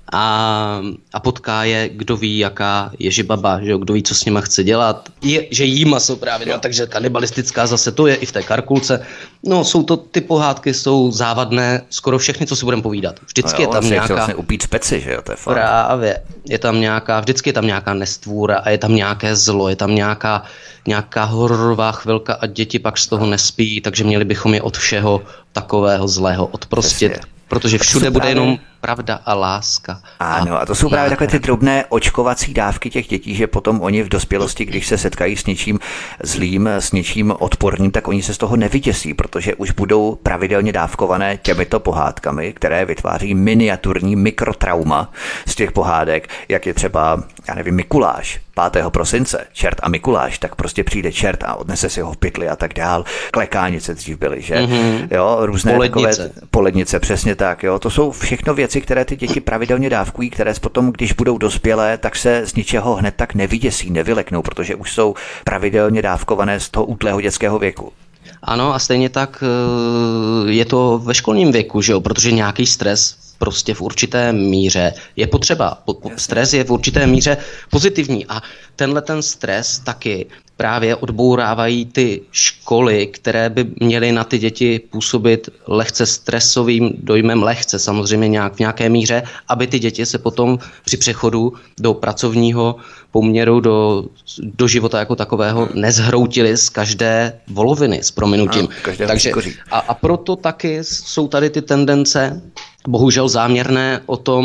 a potká je, kdo ví, jaká ježibaba, že jo, kdo ví, co s nima chce dělat. Že jí maso právě, no, takže kanibalistická zase to je i v té Karkulce. No, ty pohádky jsou závadné, skoro všechny, co si budeme povídat. Vždycky je tam nějaká... vlastně upít speci, že jo, to je fakt. Právě, vždycky je tam nějaká nestvůra a je tam nějaké zlo, je tam nějaká hororová chvilka a děti pak z toho nespí, takže měli bychom je od všeho takového zlého odprostit. Přesně. Protože všude bude jenom pravda a láska. Ano, a to jsou právě takové ty drobné očkovací dávky těch dětí, že potom oni v dospělosti, když se setkají s něčím zlým, s něčím odporným, tak oni se z toho nevyděsí, protože už budou pravidelně dávkované těmito pohádkami, které vytváří miniaturní mikrotrauma z těch pohádek, jak je třeba, Mikuláš. 5. prosince, čert a Mikuláš, tak prostě přijde čert a odnese si ho v pytli a tak dál. Klekánice dřív byly, že? Mm-hmm. Jo, různé polednice, přesně tak, jo. To jsou všechno věci, které ty děti pravidelně dávkují, které potom, když budou dospělé, tak se z ničeho hned tak nevyděsí, nevyleknou, protože už jsou pravidelně dávkované z toho útlého dětského věku. Ano, a stejně tak je to ve školním věku, že jo, protože nějaký stres prostě v určité míře je potřeba. Stres je v určité míře pozitivní a ten stres taky právě odbourávají ty školy, které by měly na ty děti působit lehce stresovým dojmem, lehce samozřejmě v nějaké míře, aby ty děti se potom při přechodu do pracovního poměru, do života jako takového nezhroutily z každé voloviny s prominutím. Takže, a proto taky jsou tady ty tendence, bohužel záměrné,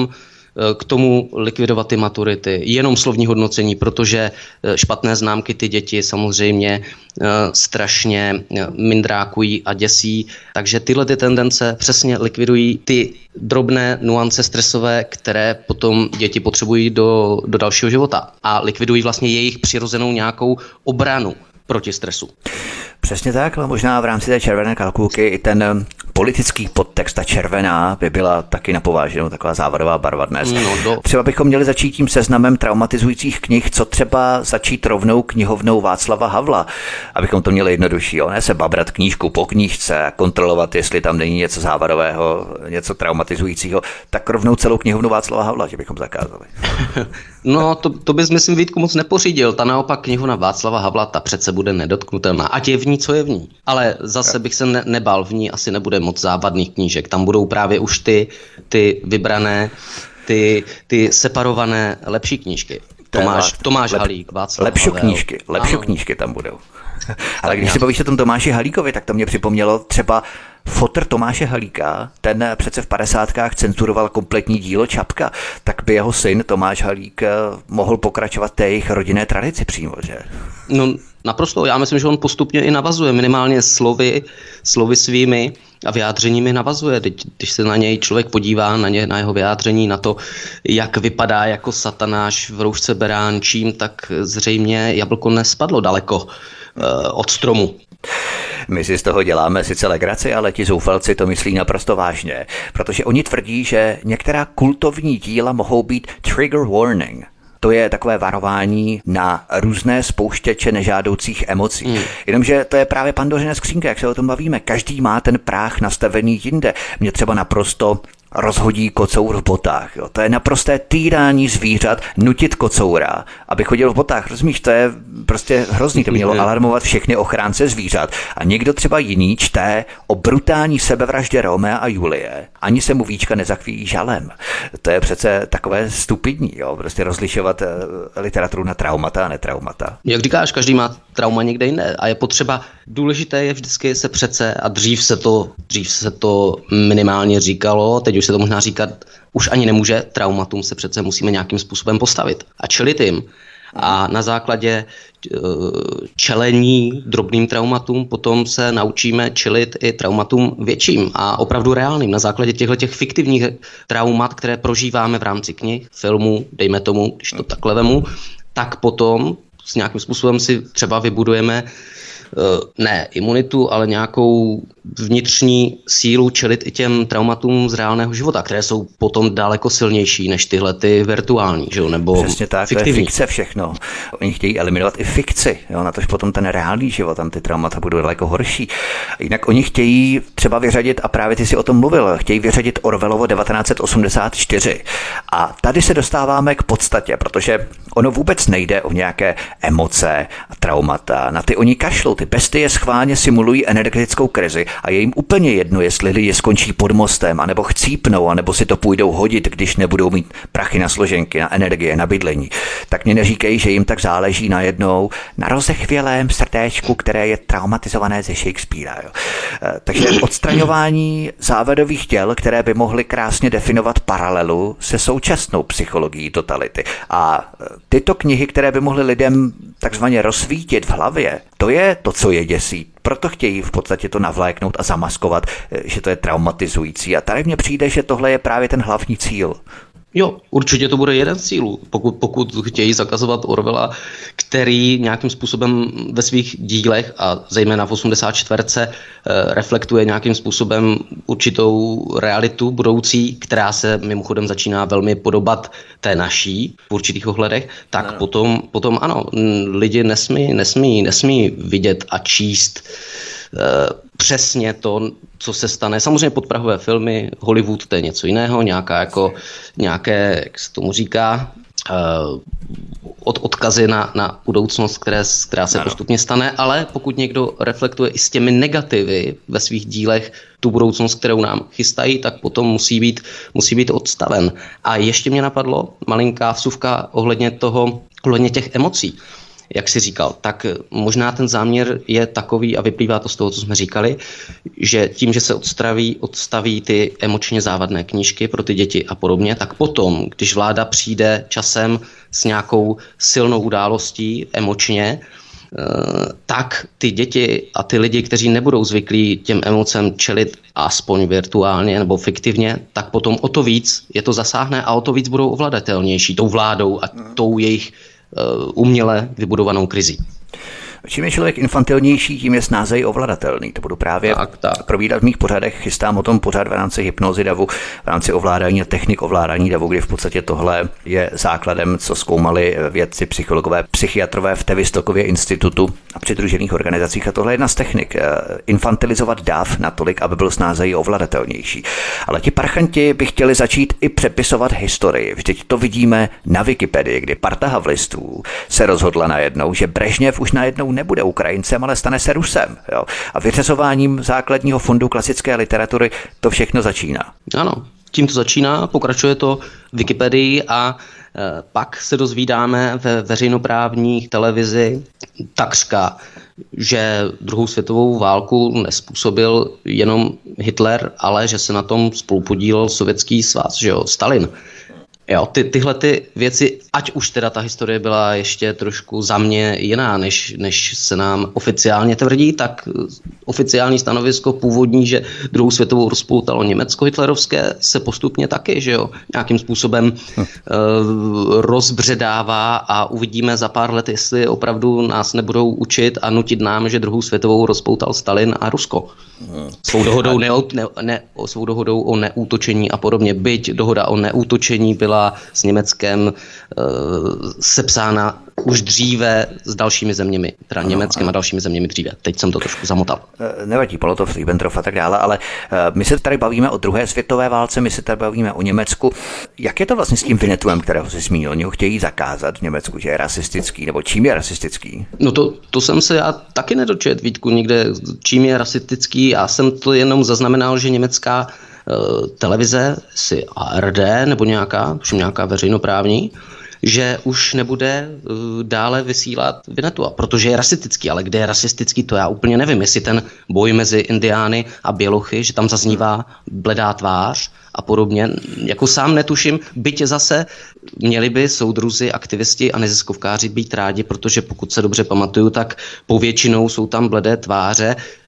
k tomu likvidovat ty maturity, jenom slovní hodnocení, protože špatné známky ty děti samozřejmě strašně mindrákují a děsí, takže tyhle ty tendence přesně likvidují ty drobné nuance stresové, které potom děti potřebují do dalšího života a likvidují vlastně jejich přirozenou nějakou obranu proti stresu. Přesně tak, ale možná v rámci té červené kalkulky i ten politický podtext, ta červená, by byla taky napováženou, taková závadová barva dnes. Třeba bychom měli začít tím seznamem traumatizujících knih, co třeba začít rovnou knihovnou Václava Havla, abychom to měli jednodušší, ne se babrat knížku po knížce a kontrolovat, jestli tam není něco závadového, něco traumatizujícího, tak rovnou celou knihovnu Václava Havla, že bychom zakázali. No, to bys, myslím, Vítku, moc nepořídil. Ta naopak knihovna Václava Havla, ta přece bude nedotknutelná. Ať je v ní, co je v ní. Ale zase bych se nebál, v ní asi nebude moc závadných knížek. Tam budou právě už ty vybrané, ty separované lepší knížky. Tomáš Halík, Václav Havel. Lepší knížky tam budou. Ale když se bavíš o tom Tomáši Halíkovi, tak to mě připomnělo třeba fotr Tomáše Halíka, ten přece v 50kách cenzuroval kompletní dílo Čapka, tak by jeho syn Tomáš Halík mohl pokračovat té jejich rodinné tradici přímo, že? No naprosto, já myslím, že on postupně i navazuje, minimálně slovy svými a vyjádřeními navazuje. Když se na něj člověk podívá, na jeho vyjádření, na to, jak vypadá jako satanáš v roušce beránčím, tak zřejmě jablko nespadlo daleko od stromu. My si z toho děláme sice legraci, ale ti zoufalci to myslí naprosto vážně, protože oni tvrdí, že některá kultovní díla mohou být trigger warning. To je takové varování na různé spouštěče nežádoucích emocí. Jenomže to je právě Pandořina skřínka, jak se o tom bavíme. Každý má ten práh nastavený jinde. Mě třeba naprosto rozhodí kocour v botách. Jo. To je naprosté týrání zvířat, nutit kocoura, aby chodil v botách. Rozumíš, to je prostě hrozný. To by mělo alarmovat všechny ochránce zvířat. A někdo třeba jiný čte o brutální sebevraždě Romea a Julie. Ani se mu víčka nezachvíjí žalem. To je přece takové stupidní, jo. Prostě rozlišovat literaturu na traumata a netraumata. Jak říkáš, každý má trauma někde jinde a je potřeba, důležité je vždycky se přece, a dřív se to minimálně říkalo, teď už se to možná říkat už ani nemůže, traumatům se přece musíme nějakým způsobem postavit a čelit jim. A na základě čelení drobným traumatům potom se naučíme čelit i traumatům větším a opravdu reálným. Na základě těchto fiktivních traumat, které prožíváme v rámci knih, filmů, dejme tomu, když to takhle vemu, tak potom s nějakým způsobem si třeba vybudujeme ne imunitu, ale nějakou vnitřní sílu čelit i těm traumatům z reálného života, které jsou potom daleko silnější než tyhle ty virtuální, že jo, nebo přesně tak, fiktivní. To je fikce všechno. Oni chtějí eliminovat i fikci, jo, natož potom ten reálný život, tam ty traumata budou daleko horší. Jinak oni chtějí třeba vyřadit, a právě ty si o tom mluvil, chtějí vyřadit Orwellovo 1984. A tady se dostáváme k podstatě, protože ono vůbec nejde o nějaké emoce a traumata. Na ty oni kašlou, ty bestie schválně simulují energetickou krizi a je jim úplně jedno, jestli lidi skončí pod mostem, anebo chcípnou, anebo si to půjdou hodit, když nebudou mít prachy na složenky, na energie, na bydlení. Tak mě neříkej, že jim tak záleží najednou na rozechvělém srdéčku, které je traumatizované ze Shakespearea. Jo. Takže odstraňování závadových těl, které by mohly krásně definovat paralelu se současnou psychologií totality. A tyto knihy, které by mohly lidem takzvaně rozsvítit v hlavě, to je to, co je děsí. Proto chtějí v podstatě to navléknout a zamaskovat, že to je traumatizující. A tady mně přijde, že tohle je právě ten hlavní cíl. Jo, určitě to bude jeden z cílů, pokud chtějí zakazovat Orwella, který nějakým způsobem ve svých dílech a zejména v 84. Reflektuje nějakým způsobem určitou realitu budoucí, která se mimochodem začíná velmi podobat té naší v určitých ohledech, tak potom ano, lidi nesmí vidět a číst přesně to, co se stane. Samozřejmě podprahové filmy, Hollywood, to je něco jiného, nějaké, jak se tomu říká, odkazy na budoucnost, která se postupně stane, ale pokud někdo reflektuje i s těmi negativy ve svých dílech tu budoucnost, kterou nám chystají, tak potom musí být odstaven. A ještě mě napadlo malinká vsuvka ohledně těch emocí. Jak jsi říkal, tak možná ten záměr je takový a vyplývá to z toho, co jsme říkali, že tím, že se odstaví ty emočně závadné knížky pro ty děti a podobně, tak potom, když vláda přijde časem s nějakou silnou událostí emočně, tak ty děti a ty lidi, kteří nebudou zvyklí těm emocem čelit aspoň virtuálně nebo fiktivně, tak potom o to víc je to zasáhne a o to víc budou ovladatelnější tou vládou a tou jejich uměle vybudovanou krizí. Čím je člověk infantilnější, tím je snáze ovladatelný. To budu právě probídat v mých pořadech. Chystám o tom pořad v rámci hypnózy davu, v rámci ovládání a technik ovládání davu, kdy v podstatě tohle je základem, co zkoumali vědci, psychologové, psychiatrové v Tavistokově institutu a přidružených organizacích. A tohle je jedna z technik. Infantilizovat dav natolik, aby byl snáze ovladatelnější. Ale ti parchanti by chtěli začít i přepisovat historii. Vždyť to vidíme na Wikipedii, kdy parta havlistů se rozhodla najednou, že Brežněv už najednou nebude Ukrajincem, ale stane se Rusem. Jo? A vyřazováním základního fondu klasické literatury to všechno začíná. Ano, tím to začíná, pokračuje to Wikipedii a pak se dozvídáme ve veřejnoprávní televizi takřka, že druhou světovou válku nezpůsobil jenom Hitler, ale že se na tom spolupodílel Sovětský svaz, že jo, Stalin. Jo, tyhle ty věci, ať už teda ta historie byla ještě trošku za mě jiná, než se nám oficiálně tvrdí, tak oficiální stanovisko původní, že druhou světovou rozpoutalo Německo hitlerovské, se postupně taky, že jo, nějakým způsobem rozbředává a uvidíme za pár let, jestli opravdu nás nebudou učit a nutit nám, že druhou světovou rozpoutal Stalin a Rusko. Svou dohodou o neútočení a podobně. Byť dohoda o neútočení byla s Německem sepsána už dříve s dalšími zeměmi, teda Německem a dalšími zeměmi dříve. Teď jsem to trošku zamotal. Nevadí, Molotov, Ribbentrop a tak dále, ale my se tady bavíme o druhé světové válce, my se tady bavíme o Německu. Jak je to vlastně s tím Vinetuem, kterého jsi zmínil? Oni ho chtějí zakázat v Německu, že je rasistický, nebo čím je rasistický? No to jsem se já taky nedočet, Vítku, nikde, čím je rasistický. Já jsem to jenom zaznamenal, že německá televize, si ARD nebo nějaká veřejnoprávní, že už nebude dále vysílat Vinetua, protože je rasistický, ale kde je rasistický, to já úplně nevím, jestli ten boj mezi Indiány a Bělochy, že tam zaznívá bledá tvář a podobně, jako sám netuším, byť zase měli by soudruzi, aktivisti a neziskovkáři být rádi, protože pokud se dobře pamatuju, tak povětšinou jsou tam bledé tváře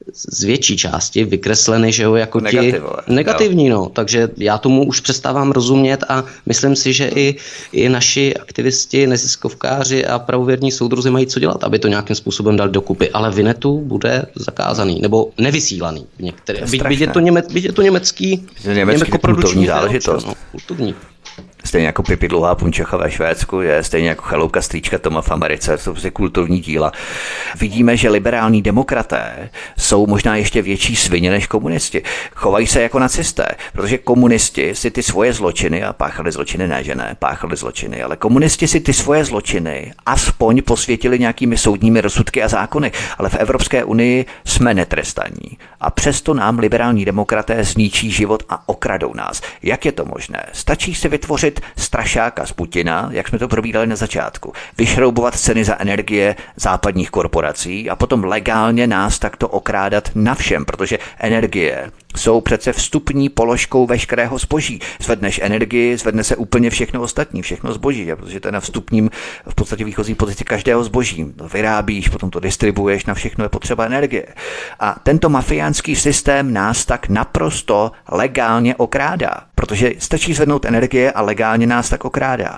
z větší části vykresleny, že jo, jako negativní, no. Takže já tomu už přestávám rozumět a myslím si, že i naši aktivisti, neziskovkáři a pravověrní soudruzi mají co dělat, aby to nějakým způsobem dali dokupy, ale Vinetu bude zakázaný nebo nevysílaný. Byť je to německý kulturní záležitost. Kulturní. Stejně jako Pipi dlouhá punčocha ve Švédsku, je stejně jako Chaloupka strýčka Toma v Americe, to jsou prostě kulturní díla. Vidíme, že liberální demokraté jsou možná ještě větší svině než komunisti. Chovají se jako nacisté, protože komunisti si ty svoje zločiny, a páchali zločiny, ne, že ne, páchali zločiny, ale komunisti si ty svoje zločiny aspoň posvětili nějakými soudními rozsudky a zákony, ale v Evropské unii jsme netrestaní. A přesto nám liberální demokraté zničí život a okradou nás. Jak je to možné? Stačí si vytvořit strašáka z Putina, jak jsme to probírali na začátku, vyšroubovat ceny za energie západních korporací a potom legálně nás takto okrádat na všem, protože energie jsou přece vstupní položkou veškerého zboží. Zvedneš energii, zvedne se úplně všechno ostatní, všechno zboží, protože to je na vstupním v podstatě výchozí pozici každého zboží. To vyrábíš, potom to distribuuješ, na všechno je potřeba energie. A tento mafiánský systém nás tak naprosto legálně okrádá, protože stačí zvednout energie a legálně nás tak okrádá.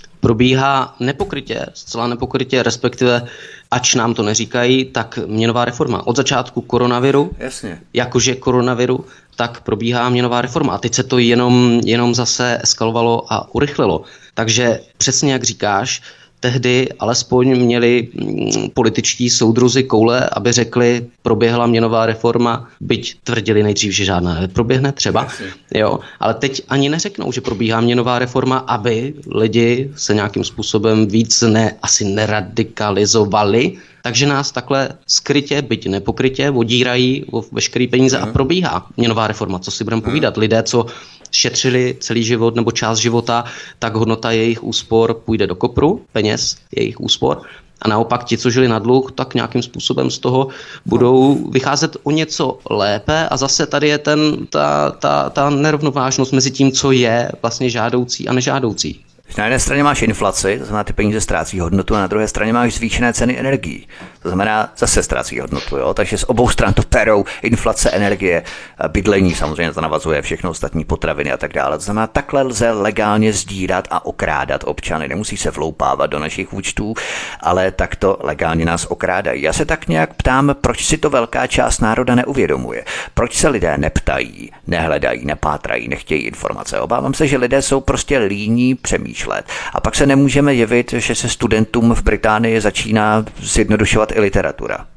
Probíhá zcela nepokrytě, respektive ač nám to neříkají, tak měnová reforma. Od začátku koronaviru, jakože koronaviru, tak probíhá měnová reforma. A teď se to jenom zase eskalovalo a urychlilo. Takže přesně jak říkáš, tehdy alespoň měli političtí soudruzi koule, aby řekli, proběhla měnová reforma, byť tvrdili nejdřív, že žádná neproběhne třeba, jo, ale teď ani neřeknou, že probíhá měnová reforma, aby lidi se nějakým způsobem víc asi neradikalizovali, takže nás takhle skrytě, byť nepokrytě, odírají o veškerý peníze a probíhá měnová reforma, co si budeme povídat. Lidé, co šetřili celý život nebo část života, tak hodnota jejich úspor půjde do kopru, peněz jejich úspor. A naopak ti, co žili na dluh, tak nějakým způsobem z toho budou vycházet o něco lépe a zase tady je ta nerovnovážnost mezi tím, co je vlastně žádoucí a nežádoucí. Na jedné straně máš inflaci, to znamená, ty peníze ztrácí hodnotu, a na druhé straně máš zvýšené ceny energií. To znamená, zase ztrácí hodnotu, jo? Takže z obou stran to perou inflace, energie, bydlení, samozřejmě to navazuje všechno ostatní potraviny a tak dále. To znamená, takhle lze legálně sdírat a okrádat občany. Nemusí se vloupávat do našich účtů, ale takto legálně nás okrádají. Já se tak nějak ptám, proč si to velká část národa neuvědomuje. Proč se lidé neptají, nehledají, nepátrají, nechtějí informace. Obávám se, že lidé jsou prostě líní přemýšlet. A pak se nemůžeme divit, že se studentům v Británii začíná zjednodušovat i literatura.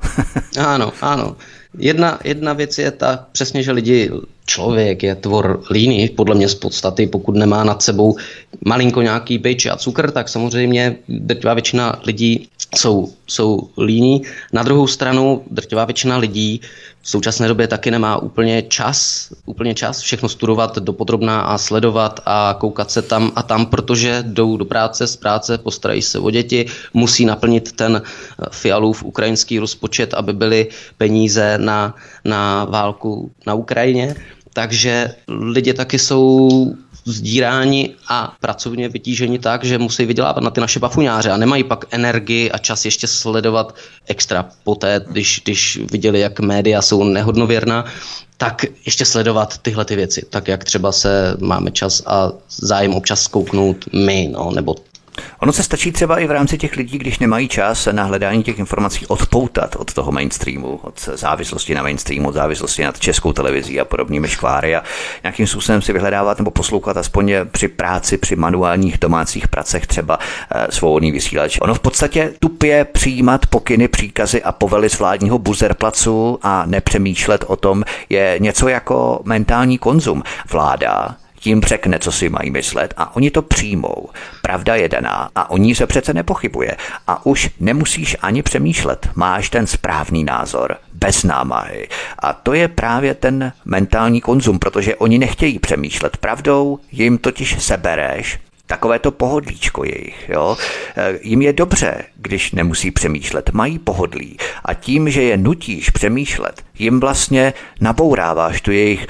Ano. Jedna věc je ta přesně, že člověk je tvor líný, podle mě z podstaty, pokud nemá nad sebou malinko nějaký bič a cukr, tak samozřejmě drtivá většina lidí jsou líní. Na druhou stranu drtivá většina lidí v současné době taky nemá úplně čas všechno studovat dopodrobna a sledovat a koukat se tam a tam, protože jdou do práce, z práce, postarají se o děti, musí naplnit ten Fialův ukrajinský rozpočet, aby byly peníze na válku na Ukrajině. Takže lidi taky jsou sdíráni a pracovně vytíženi tak, že musí vydělávat na ty naše bafuňáře a nemají pak energii a čas ještě sledovat extra poté, když viděli, jak média jsou nehodnověrná, tak ještě sledovat tyhle ty věci, tak jak třeba se máme čas a zájem občas zkouknout my, nebo Ono se stačí třeba i v rámci těch lidí, když nemají čas na hledání těch informací, odpoutat od toho mainstreamu, od závislosti na mainstreamu, od závislosti nad Českou televizí a podobnými škváry a nějakým způsobem si vyhledávat nebo poslouchat aspoň při práci, při manuálních domácích pracech třeba svobodný vysílač. Ono v podstatě tupě přijímat pokyny, příkazy a povely z vládního buzerplacu a nepřemýšlet o tom je něco jako mentální konzum. Vláda tím řekne, co si mají myslet a oni to přijmou. Pravda je daná a o ní se přece nepochybuje. A už nemusíš ani přemýšlet. Máš ten správný názor, bez námahy. A to je právě ten mentální konzum, protože oni nechtějí přemýšlet. Pravdou jim totiž sebereš takové to pohodlíčko jejich. Jo? Jim je dobře, když nemusí přemýšlet. Mají pohodlí. A tím, že je nutíš přemýšlet, jim vlastně nabouráváš tu jejich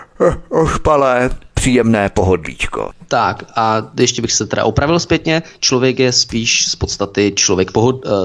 ošpalé, příjemné pohodlíčko. Tak a ještě bych se teda opravil zpětně, člověk je spíš z podstaty člověk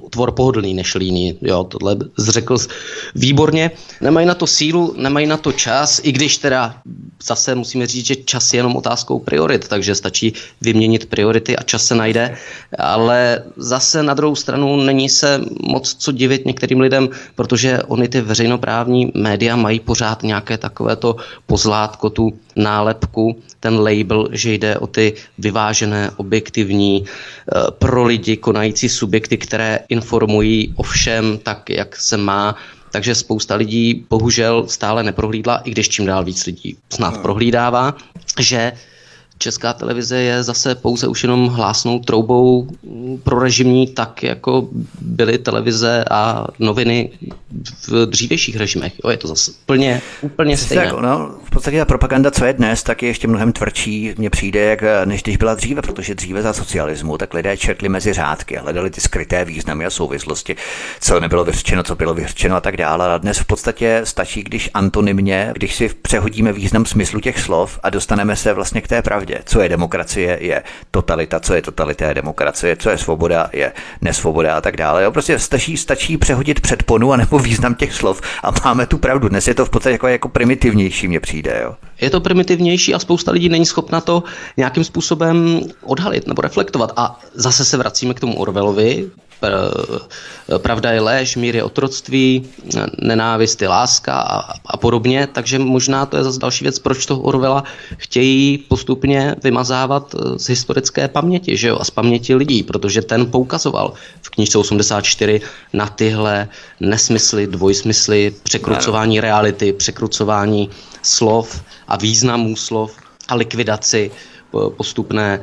tvor pohodlný než líný. Jo, tohle zřekl výborně. Nemají na to sílu, nemají na to čas, i když teda zase musíme říct, že čas je jenom otázkou priorit, takže stačí vyměnit priority a čas se najde, ale zase na druhou stranu není se moc co divit některým lidem, protože oni ty veřejnoprávní média mají pořád nějaké takovéto pozlátko, tu nálepku, ten label, že jde o ty vyvážené, objektivní, pro lidi konající subjekty, které informují o všem tak, jak se má. Takže spousta lidí bohužel stále neprohlídla, i když čím dál víc lidí snad prohlídává, že Česká televize je zase pouze už jenom hlásnou troubou pro režimní, tak jako byly televize a noviny v dřívějších režimech. Jo, je to zase úplně stejné. Tak, no, v podstatě ta propaganda, co je dnes, tak je ještě mnohem tvrdší, mně přijde, než když byla dříve, protože dříve za socialismu, tak lidé četli mezi řádky a hledali ty skryté významy a souvislosti, co nebylo vyřčeno, co bylo vyřčeno a tak dále. A dnes v podstatě stačí, když antonymně, když si přehodíme význam smyslu těch slov a dostaneme se vlastně k té pravdě. Co je demokracie, je totalita, co je totalita, je demokracie, co je svoboda, je nesvoboda a tak dále. Jo, prostě stačí přehodit předponu anebo význam těch slov a máme tu pravdu. Dnes je to v podstatě jako primitivnější, mně přijde. Jo. Je to primitivnější a spousta lidí není schopna to nějakým způsobem odhalit nebo reflektovat. A zase se vracíme k tomu Orwellovi. Pravda je lež, mír je otroctví, nenávist je láska a podobně, takže možná to je zase další věc, proč toho Orwella chtějí postupně vymazávat z historické paměti, že jo, a z paměti lidí, protože ten poukazoval v knížce 84 na tyhle nesmysly, dvojsmysly, překrucování reality, překrucování slov a významů slov a likvidaci postupné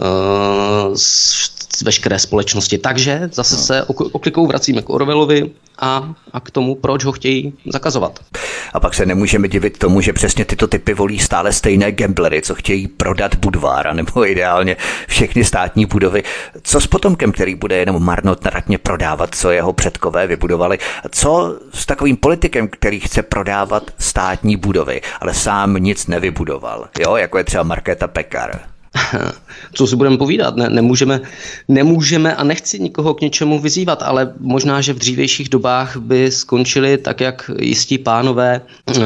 z veškeré společnosti. Takže zase se oklikou vracíme k Orwellovi a k tomu, proč ho chtějí zakazovat. A pak se nemůžeme divit tomu, že přesně tyto typy volí stále stejné gamblery, co chtějí prodat Budvar, nebo ideálně všechny státní budovy. Co s potomkem, který bude jenom marnotratně prodávat, co jeho předkové vybudovali? Co s takovým politikem, který chce prodávat státní budovy, ale sám nic nevybudoval? Jo, jako je třeba Markéta Pekar. Co si budeme povídat? Nemůžeme a nechci nikoho k něčemu vyzývat, ale možná, že v dřívějších dobách by skončili tak, jak jistí pánové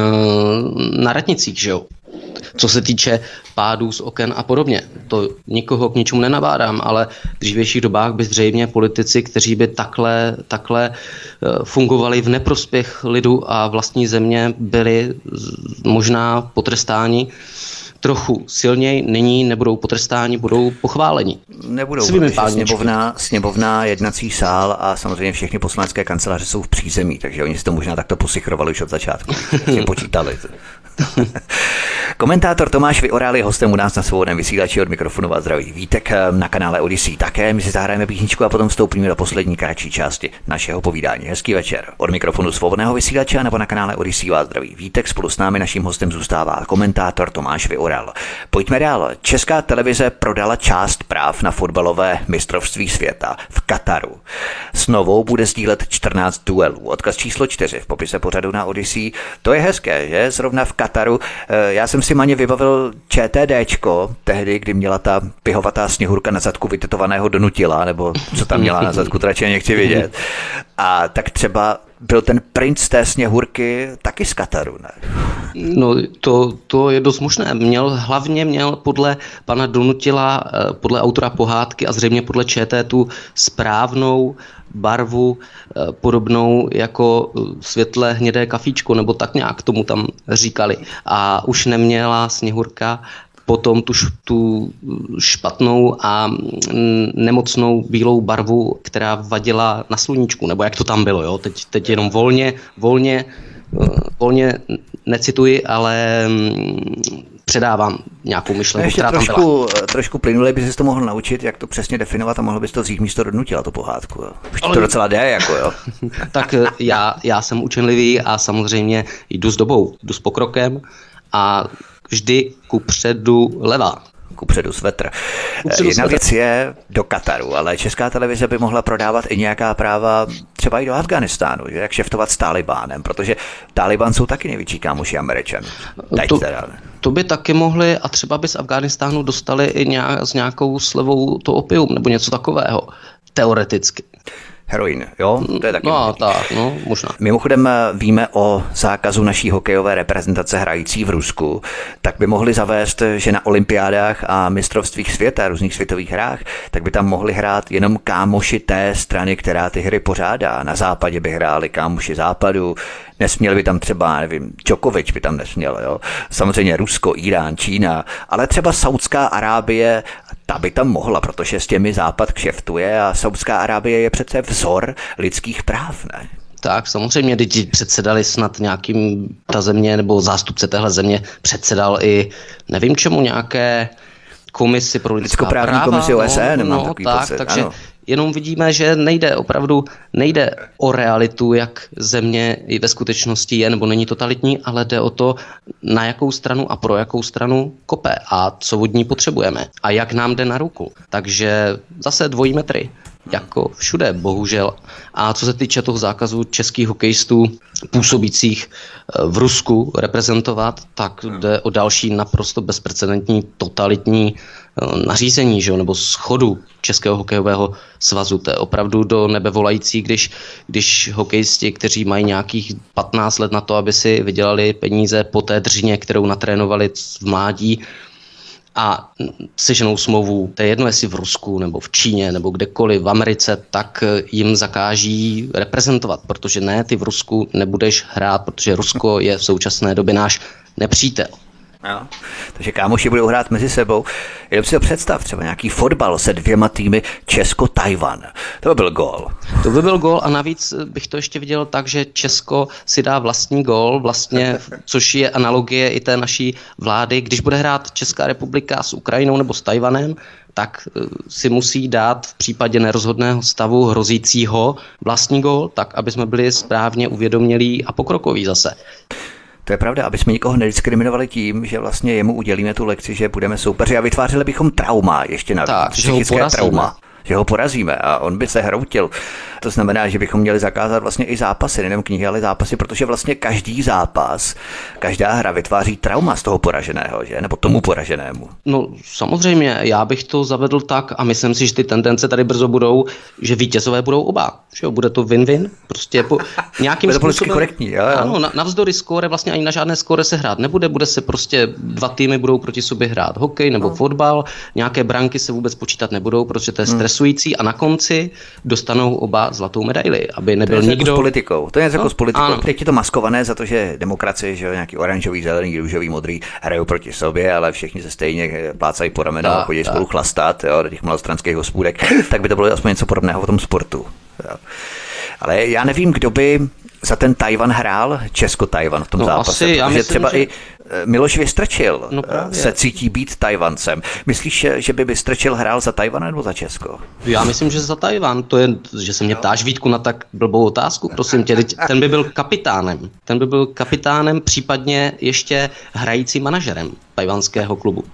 na radnicích, že jo? Co se týče pádů z oken a podobně. To nikoho k ničemu nenabádám, ale v dřívějších dobách by zřejmě politici, kteří by takhle fungovali v neprospěch lidu a vlastní země, byli možná potrestáni trochu silněji, nyní nebudou potrestáni, budou pochváleni. Nebudou, protože sněmovna, jednací sál a samozřejmě všechny poslanecké kanceláře jsou v přízemí, takže oni si to možná takto posichrovali už od začátku. Počítali. Komentátor Tomáš Vyoral je hostem u nás na Svobodném vysílači, od mikrofonu vás zdraví Vítek na kanále Odyssey také. My si zahrajeme písničku a potom vstoupíme do poslední kratší části našeho povídání. Hezký večer. Od mikrofonu Svobodného vysílače nebo na kanále Odyssey vás zdraví Vítek. Spolu s námi naším hostem zůstává komentátor Tomáš Vyoral. Pojďme dál. Česká televize prodala část práv na fotbalové mistrovství světa v Kataru. S Novou bude sdílet 14 duelů. Odkaz číslo 4 v popise pořadu na Odyssey. To je hezké, že? Zrovna v Kataru. Já jsem si Maně vybavil ČTDčko, tehdy, kdy měla ta pihovatá Sněhurka na zadku vytetovaného Donutila, nebo co tam měla na zadku, to radši nechci vědět. A tak třeba byl ten princ té Sněhurky taky z Kataru, ne? No, to je dost možné. Hlavně měl podle pana Donutila, podle autora pohádky a zřejmě podle ČT tu správnou barvu, podobnou jako světle hnědé kafíčko, nebo tak nějak tomu tam říkali. A už neměla Sněhurka potom tu špatnou a nemocnou bílou barvu, která vadila na sluníčku, nebo jak to tam bylo, jo? Teď jenom volně necituji, ale předávám nějakou myšlenku, ještě která tam byla. Trošku plynule bys to mohl naučit, jak to přesně definovat a mohl bys to vzít místo Donutila, tu pohádku. Jo. Už to docela jde, jako jo. Tak já jsem učenlivý a samozřejmě jdu s dobou, jdu s pokrokem a vždy kupředu levá. Kupředu svetr. Jedna věc je do Kataru, ale Česká televize by mohla prodávat i nějaká práva třeba i do Afghánistánu, že? Jak šeftovat s Talibánem, protože Taliban jsou taky největší kámoši Američanů. To by taky mohli a třeba by z Afghánistánu dostali i s nějakou slevou to opium nebo něco takového. Teoreticky. Heroin, jo? To je taky možná. Mimochodem víme o zákazu naší hokejové reprezentace hrající v Rusku, tak by mohli zavést, že na olympiádách a mistrovstvích světa, různých světových hrách, tak by tam mohli hrát jenom kámoši té strany, která ty hry pořádá. Na západě by hráli kámoši západu, nesměli by tam třeba, nevím, Djokovic by tam nesměl, jo? Samozřejmě Rusko, Irán, Čína, ale třeba Saudská Arábie, ta by tam mohla, protože s těmi západ kšeftuje a Saudská Arábie je přece vzor lidských práv, ne? Tak samozřejmě, když předsedali snad nějakým, ta země nebo zástupce téhle země předsedal i, nevím čemu, nějaké komisi pro lidská práva. Komisi OSN, takže ano. Jenom vidíme, že nejde o realitu, jak země i ve skutečnosti je nebo není totalitní, ale jde o to, na jakou stranu a pro jakou stranu kope a co od ní potřebujeme a jak nám jde na ruku. Takže zase dvojí metry, jako všude, bohužel. A co se týče toho zákazu českých hokejistů působících v Rusku reprezentovat, tak jde o další naprosto bezprecedentní totalitní nařízení, že? Nebo schodu Českého hokejového svazu. To je opravdu do nebe volající, když hokejisti, kteří mají nějakých 15 let na to, aby si vydělali peníze po té dřině, kterou natrénovali v mládí, a seženou smlouvu, to je jedno, jestli v Rusku, nebo v Číně, nebo kdekoliv v Americe, tak jim zakáží reprezentovat, protože ne, ty v Rusku nebudeš hrát, protože Rusko je v současné době náš nepřítel. Jo. Takže kámoši budou hrát mezi sebou. Jenom si to představ, třeba nějaký fotbal se 2 týmy Česko-Tajvan. To by byl gól. To by byl gól a navíc bych to ještě viděl tak, že Česko si dá vlastní gól, vlastně, což je analogie i té naší vlády. Když bude hrát Česká republika s Ukrajinou nebo s Tajvanem, tak si musí dát v případě nerozhodného stavu hrozícího vlastní gól, tak aby jsme byli správně uvědomělí a pokrokoví zase. To je pravda, aby jsme nikoho nediskriminovali tím, že vlastně jemu udělíme tu lekci, že budeme soupeři a vytvářeli bychom trauma ještě navíc. Tak, psychické trauma. Že ho porazíme a on by se hroutil. To znamená, že bychom měli zakázat vlastně i zápasy, nejenom knihy, ale zápasy, protože vlastně každý zápas, každá hra vytváří trauma z toho poraženého, že? Nebo tomu poraženému. No samozřejmě, já bych to zavedl tak a myslím si, že ty tendence tady brzo budou, že vítězové budou oba. Že jo, bude to win-win, prostě nějakým způsobem. Korektní, jo. Ano, navzdory skóre, vlastně ani na žádné skóre se hrát bude se prostě 2 týmy budou proti sobě hrát hokej nebo fotbal, nějaké branky se vůbec počítat nebudou, protože to je stresující a na konci dostanou oba zlatou medaili, aby nebyl nikdo... Jako s politikou. To je jako s politikou. Ano. Teď je to maskované za to, že demokracie, že nějaký oranžový, zelený, růžový, modrý hrajou proti sobě, ale všichni se stejně plácají po ramenu a chodí spolu chlastat, jo, do těch malostranských hospůdek. Tak by to bylo aspoň něco podobného v tom sportu. Jo. Ale já nevím, kdo by za ten Tajvan hrál, Česko-Tajvan v tom zápase. Asi, protože třeba i Miloš Vystrčil se cítí být Tajvancem. Myslíš, že by Vystrčil hrál za Tajvan nebo za Česko? Já myslím, že za Tajvan. To je, že se mě ptáš, Vítku, na tak blbou otázku, prosím tě. Ten by byl kapitánem. Ten by byl kapitánem, případně ještě hrajícím manažerem tajvanského klubu.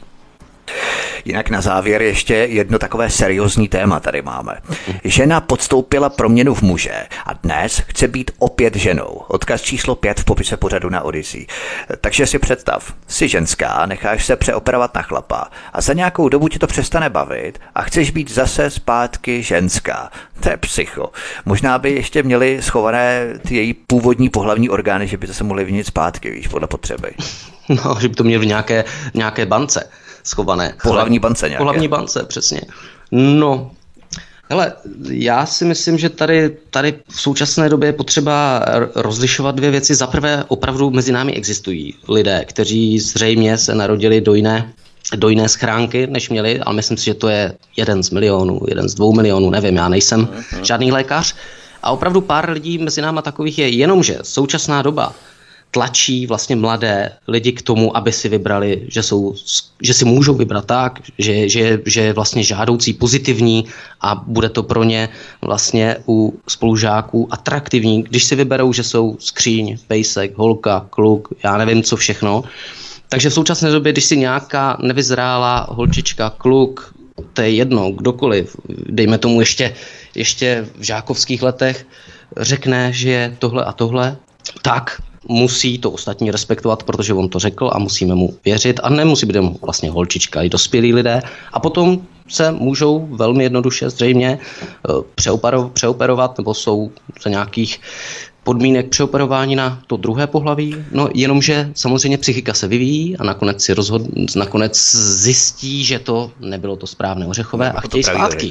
Jinak na závěr ještě jedno takové seriózní téma tady máme. Žena podstoupila proměnu v muže a dnes chce být opět ženou. Odkaz číslo 5 v popise pořadu na Odyssey. Takže si představ, jsi ženská, necháš se přeoperovat na chlapa a za nějakou dobu tě to přestane bavit a chceš být zase zpátky ženská. To je psycho. Možná by ještě měli schované ty její původní pohlavní orgány, že by se mohly vinit zpátky, víš, podle potřeby. No, že by to měli v nějaké bance schované. Pohlavní bance nějaké. Pohlavní bance, přesně. No, hele, já si myslím, že tady v současné době je potřeba rozlišovat 2 věci. Za prvé, opravdu mezi námi existují lidé, kteří zřejmě se narodili do jiné schránky, než měli, ale myslím si, že to je 1 z milionů, 1 z 2 milionů, nevím, já nejsem žádný lékař. A opravdu pár lidí mezi náma takových je, jenomže současná doba tlačí vlastně mladé lidi k tomu, aby si vybrali, že si můžou vybrat tak, že je vlastně žádoucí, pozitivní a bude to pro ně vlastně u spolužáků atraktivní, když si vyberou, že jsou skříň, pejsek, holka, kluk, já nevím co všechno. Takže v současné době, když si nějaká nevyzrálá holčička, kluk, to je jedno, kdokoliv, dejme tomu ještě v žákovských letech, řekne, že je tohle a tohle, tak musí to ostatní respektovat, protože on to řekl a musíme mu věřit a nemusí být vlastně holčička, i dospělí lidé. A potom se můžou velmi jednoduše zřejmě přeoperovat, nebo jsou za nějakých podmínek přeoperování na to druhé pohlaví, no jenomže samozřejmě psychika se vyvíjí a nakonec zjistí, že to nebylo to správné ořechové a chtějí zpátky.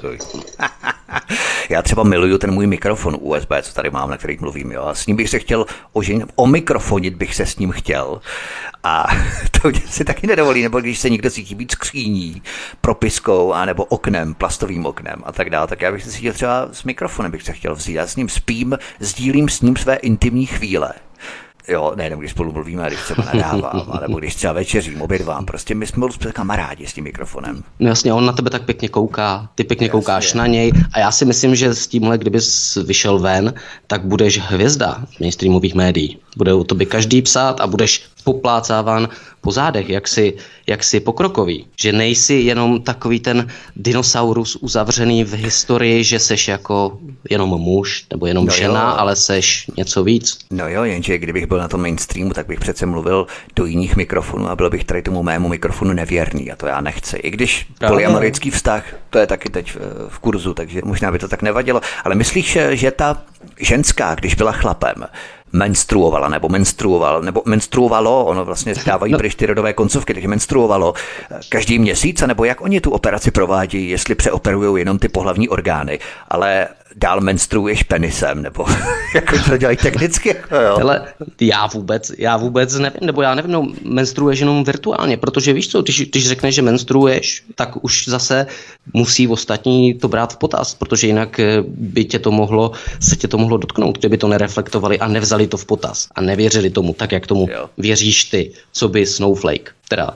Já třeba miluju ten můj mikrofon USB, co tady mám, na který mluvím, jo, a s ním bych se chtěl omikrofonit bych se s ním chtěl. A to si taky nedovolí, nebo když se někdo cítí být skříní, propiskou, anebo oknem, plastovým oknem a tak dále, tak já bych se cítil třeba s mikrofonem, bych se chtěl vzít. Já s ním spím, sdílím s ním své intimní chvíle. Jo, nejenom když spolu mluvíme, když třeba nadávám, nebo když třeba večeřím, obědvám. Prostě my jsme kamarádi s tím mikrofonem. No jasně, on na tebe tak pěkně kouká, ty pěkně koukáš na něj a já si myslím, že s tímhle, kdybys vyšel ven, tak budeš hvězda mainstreamových médií. Bude o tobě každý psát a budeš poplácáván po zádech, jak jsi pokrokový. Že nejsi jenom takový ten dinosaurus uzavřený v historii, že seš jako jenom muž nebo jenom žena, ale seš něco víc. No jo, jenže kdybych byl na tom mainstreamu, tak bych přece mluvil do jiných mikrofonů a byl bych tady tomu mému mikrofonu nevěrný a to já nechci. I když polyamorický vztah, to je taky teď v kurzu, takže možná by to tak nevadilo, ale myslíš, že ta ženská, když byla chlapem, menstruovala nebo menstruovalo, ono vlastně dávají pryč ty rodové koncovky, takže menstruovalo každý měsíc, nebo jak oni tu operaci provádí, jestli přeoperujou jenom ty pohlavní orgány, ale dál menstruuješ penisem, nebo jak to dělají technicky? Jo. Hele, já vůbec nevím, nebo já nevím, no, menstruuješ jenom virtuálně, protože víš co, když řekneš, že menstruuješ, tak už zase musí ostatní to brát v potaz, protože jinak by se tě to mohlo dotknout, kdyby to nereflektovali a nevzali to v potaz a nevěřili tomu tak, jak tomu věříš ty, co by Snowflake, teda.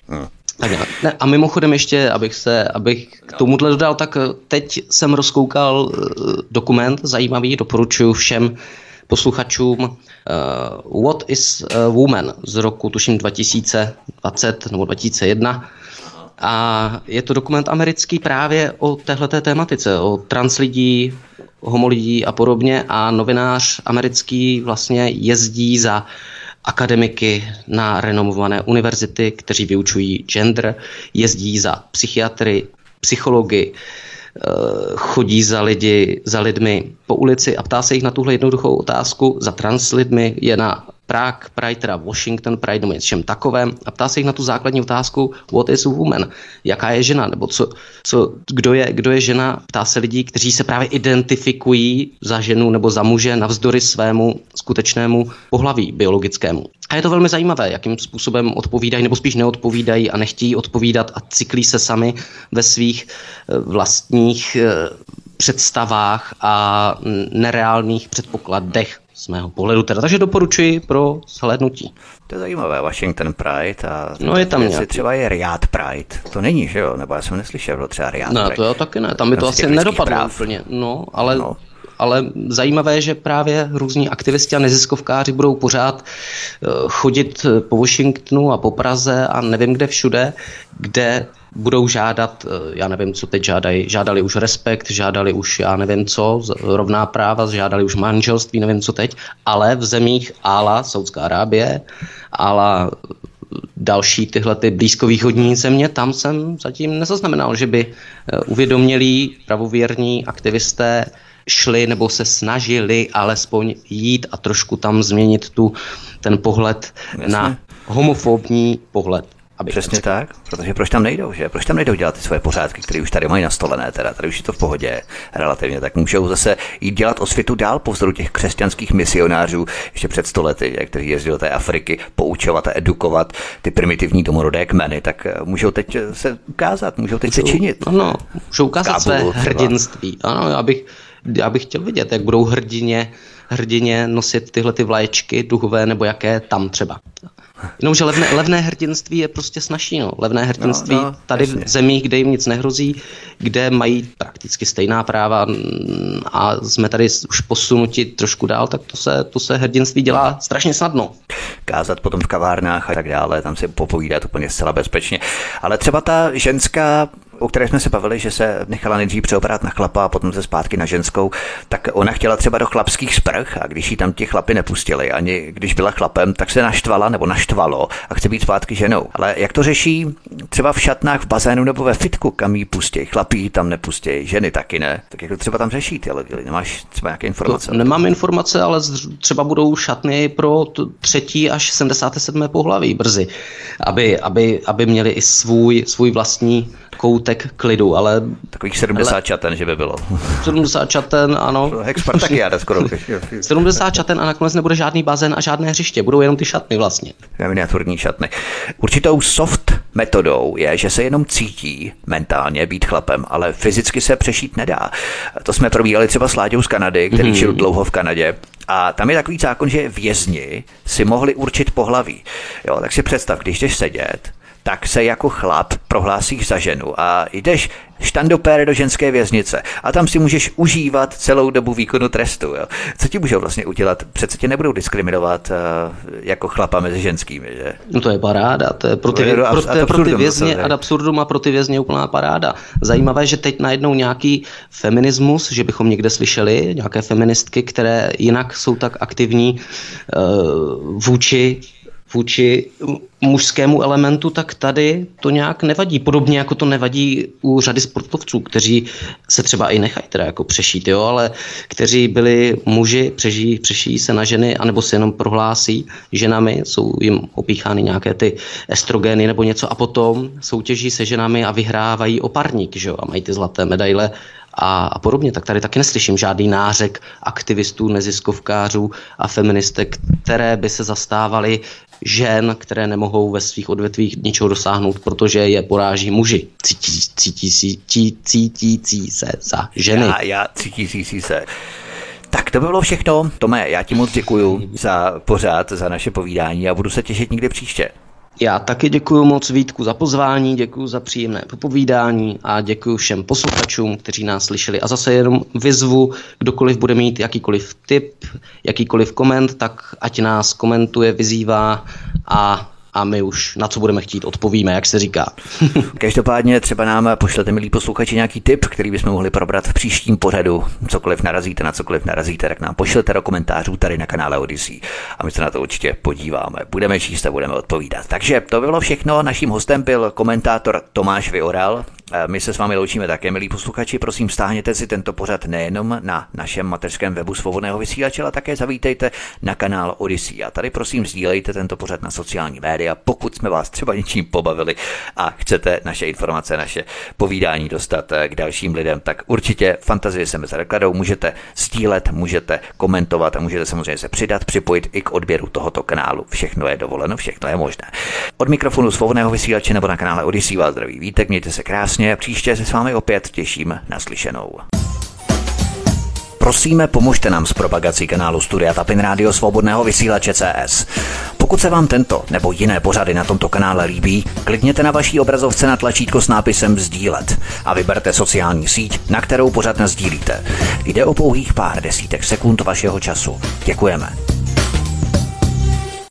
Ne, a mimochodem ještě, abych k tomuhle dodal, tak teď jsem rozkoukal dokument zajímavý, doporučuji všem posluchačům What is a Woman z roku, tuším 2020 nebo 2001. A je to dokument americký právě o téhleté tématice, o translidí, homolidí a podobně a novinář americký vlastně jezdí za akademiky na renomované univerzity, kteří vyučují gender, jezdí za psychiatry, psychology, chodí za lidmi po ulici a ptá se jich na tuhle jednoduchou otázku. Za trans lidmi je na Prague Pride, teda Washington Pride, nebo něčem takovém a ptá se jich na tu základní otázku what is a woman, jaká je žena, nebo kdo je žena, ptá se lidí, kteří se právě identifikují za ženu nebo za muže navzdory svému skutečnému pohlaví biologickému. A je to velmi zajímavé, jakým způsobem odpovídají, nebo spíš neodpovídají a nechtějí odpovídat a cyklí se sami ve svých vlastních představách a nereálných předpokladech z mého pohledu teda. Takže doporučuji pro shlédnutí. To je zajímavé, Washington Pride a no je tam nějaký. Třeba je Riyadh Pride. To není, že jo? Nebo já jsem neslyšel, bylo třeba Riyadh Pride. Ne, to taky ne, tam by to asi nedopadlo úplně. No, ale zajímavé je, že právě různí aktivisti a neziskovkáři budou pořád chodit po Washingtonu a po Praze a nevím kde všude, kde budou žádat, já nevím, co teď žádali už respekt, žádali už, já nevím co, rovná práva, žádali už manželství, nevím co teď, ale v zemích ála Saudská Arábie, ála další tyhle ty blízkovýchodní země, tam jsem zatím nezaznamenal, že by uvědomělí pravověrní aktivisté šli nebo se snažili alespoň jít a trošku tam změnit ten pohled na homofobní pohled. Přesně tak, protože proč tam nejdou, že? Proč tam nejdou dělat ty svoje pořádky, které už tady mají nastolené, teda tady už je to v pohodě relativně, tak můžou zase jít dělat osvětu dál po vzoru těch křesťanských misionářů ještě před 100 lety, kteří jezdili do té Afriky poučovat a edukovat ty primitivní domorodé kmeny, tak můžou teď se ukázat, můžou teď se činit. Ano, můžou ukázat své hrdinství. Ano, já bych chtěl vidět, jak budou hrdině nosit tyhle ty vlaječky duhové nebo jaké tam třeba. Jenomže levné hrdinství je prostě snazší. No. Levné hrdinství tady v zemích, kde jim nic nehrozí, kde mají prakticky stejná práva a jsme tady už posunuti trošku dál, tak to se hrdinství dělá strašně snadno. Kázat potom v kavárnách a tak dále, tam se popovídat úplně zcela bezpečně. Ale třeba ta ženská o které jsme se bavili, že se nechala nejdřív přeoperat na chlapa a potom se zpátky na ženskou, tak ona chtěla třeba do chlapských sprch a když jí tam ti chlapi nepustili, ani když byla chlapem, tak se naštvala nebo naštvalo a chce být zpátky ženou. Ale jak to řeší třeba v šatnách, v bazénu nebo ve fitku, kam jí pustí? Chlapí tam nepustí, ženy taky ne. Tak jak to třeba tam řeší ty lidi? Nemáš třeba nějaké informace? Nemám informace, ale třeba budou šatny pro 3. až 77. pohlaví brzy, aby měli i svůj vlastní koutek klidu, ale... Takových 70 čaten, že by bylo. 70 čaten, ano. Expartakiáda skoro. 70 čaten a nakonec nebude žádný bazén a žádné hřiště, budou jenom ty šatny vlastně. Miniaturní šatny. Určitou soft metodou je, že se jenom cítí mentálně být chlapem, ale fyzicky se přešít nedá. To jsme probírali třeba s Láďou z Kanady, který žil dlouho v Kanadě. A tam je takový zákon, že vězni si mohli určit pohlaví. Jo, tak si představ, když jdeš sedět, tak se jako chlap prohlásíš za ženu a jdeš štandopére do ženské věznice a tam si můžeš užívat celou dobu výkonu trestu. Jo. Co ti můžou vlastně udělat? Přece tě nebudou diskriminovat jako chlapa mezi ženskými, že? No to je paráda, to je pro ty vězně ad absurdum a pro ty vězně úplná paráda. Zajímavé, že teď najednou nějaký feminismus, že bychom někde slyšeli, nějaké feministky, které jinak jsou tak aktivní vůči mužskému elementu, tak tady to nějak nevadí. Podobně jako to nevadí u řady sportovců, kteří se třeba i nechají teda jako přešít, jo, ale kteří byli muži, přežijí se na ženy, anebo se jenom prohlásí ženami, jsou jim opíchány nějaké ty estrogeny nebo něco a potom soutěží se ženami a vyhrávají o parník, že jo, a mají ty zlaté medaile a podobně, tak tady taky neslyším žádný nářek aktivistů, neziskovkářů a feministek, které by se zastávaly žen, které nemohou ve svých odvětvích ničeho dosáhnout, protože je poráží muži. Cítící se za ženy. Já cítící se. Tak to by bylo všechno. Tome, já ti moc děkuju za pořád, za naše povídání a budu se těšit někdy příště. Já taky děkuji moc Vítku za pozvání, děkuji za příjemné popovídání a děkuji všem posluchačům, kteří nás slyšeli. A zase jenom vyzvu, kdokoliv bude mít jakýkoliv tip, jakýkoliv koment, tak ať nás komentuje, vyzývá a my už na co budeme chtít odpovíme, jak se říká. Každopádně třeba nám pošlete, milí posluchači, nějaký tip, který bychom mohli probrat v příštím pořadu. Cokoliv narazíte, na cokoliv narazíte, tak nám pošlete do komentářů tady na kanále Odyssey a my se na to určitě podíváme. Budeme číst a budeme odpovídat. Takže to bylo všechno. Naším hostem byl komentátor Tomáš Vyoral. My se s vámi loučíme také, milí posluchači. Prosím, stáhněte si tento pořad nejenom na našem mateřském webu Svobodného vysílače, ale také zavítejte na kanál Odyssey. A tady prosím sdílejte tento pořad na sociální média, pokud jsme vás třeba něčím pobavili a chcete naše informace, naše povídání dostat k dalším lidem, tak určitě fantazie se mezi rekladou můžete sdílet, můžete komentovat a můžete samozřejmě se přidat, připojit i k odběru tohoto kanálu. Všechno je dovoleno, všechno je možné. Od mikrofonu Svobodného vysílače nebo na kanále Odyssey vás zdraví Vítek, mějte se krásně. Příště se s vámi opět těším na slyšenou. Prosíme, pomožte nám s propagací kanálu Studia Tapin Rádio Svobodného vysílače CS. Pokud se vám tento nebo jiné pořady na tomto kanále líbí, klikněte na vaší obrazovce na tlačítko s nápisem sdílet a vyberte sociální síť, na kterou pořad nasdílíte. Jde o pouhých pár desítek sekund vašeho času. Děkujeme.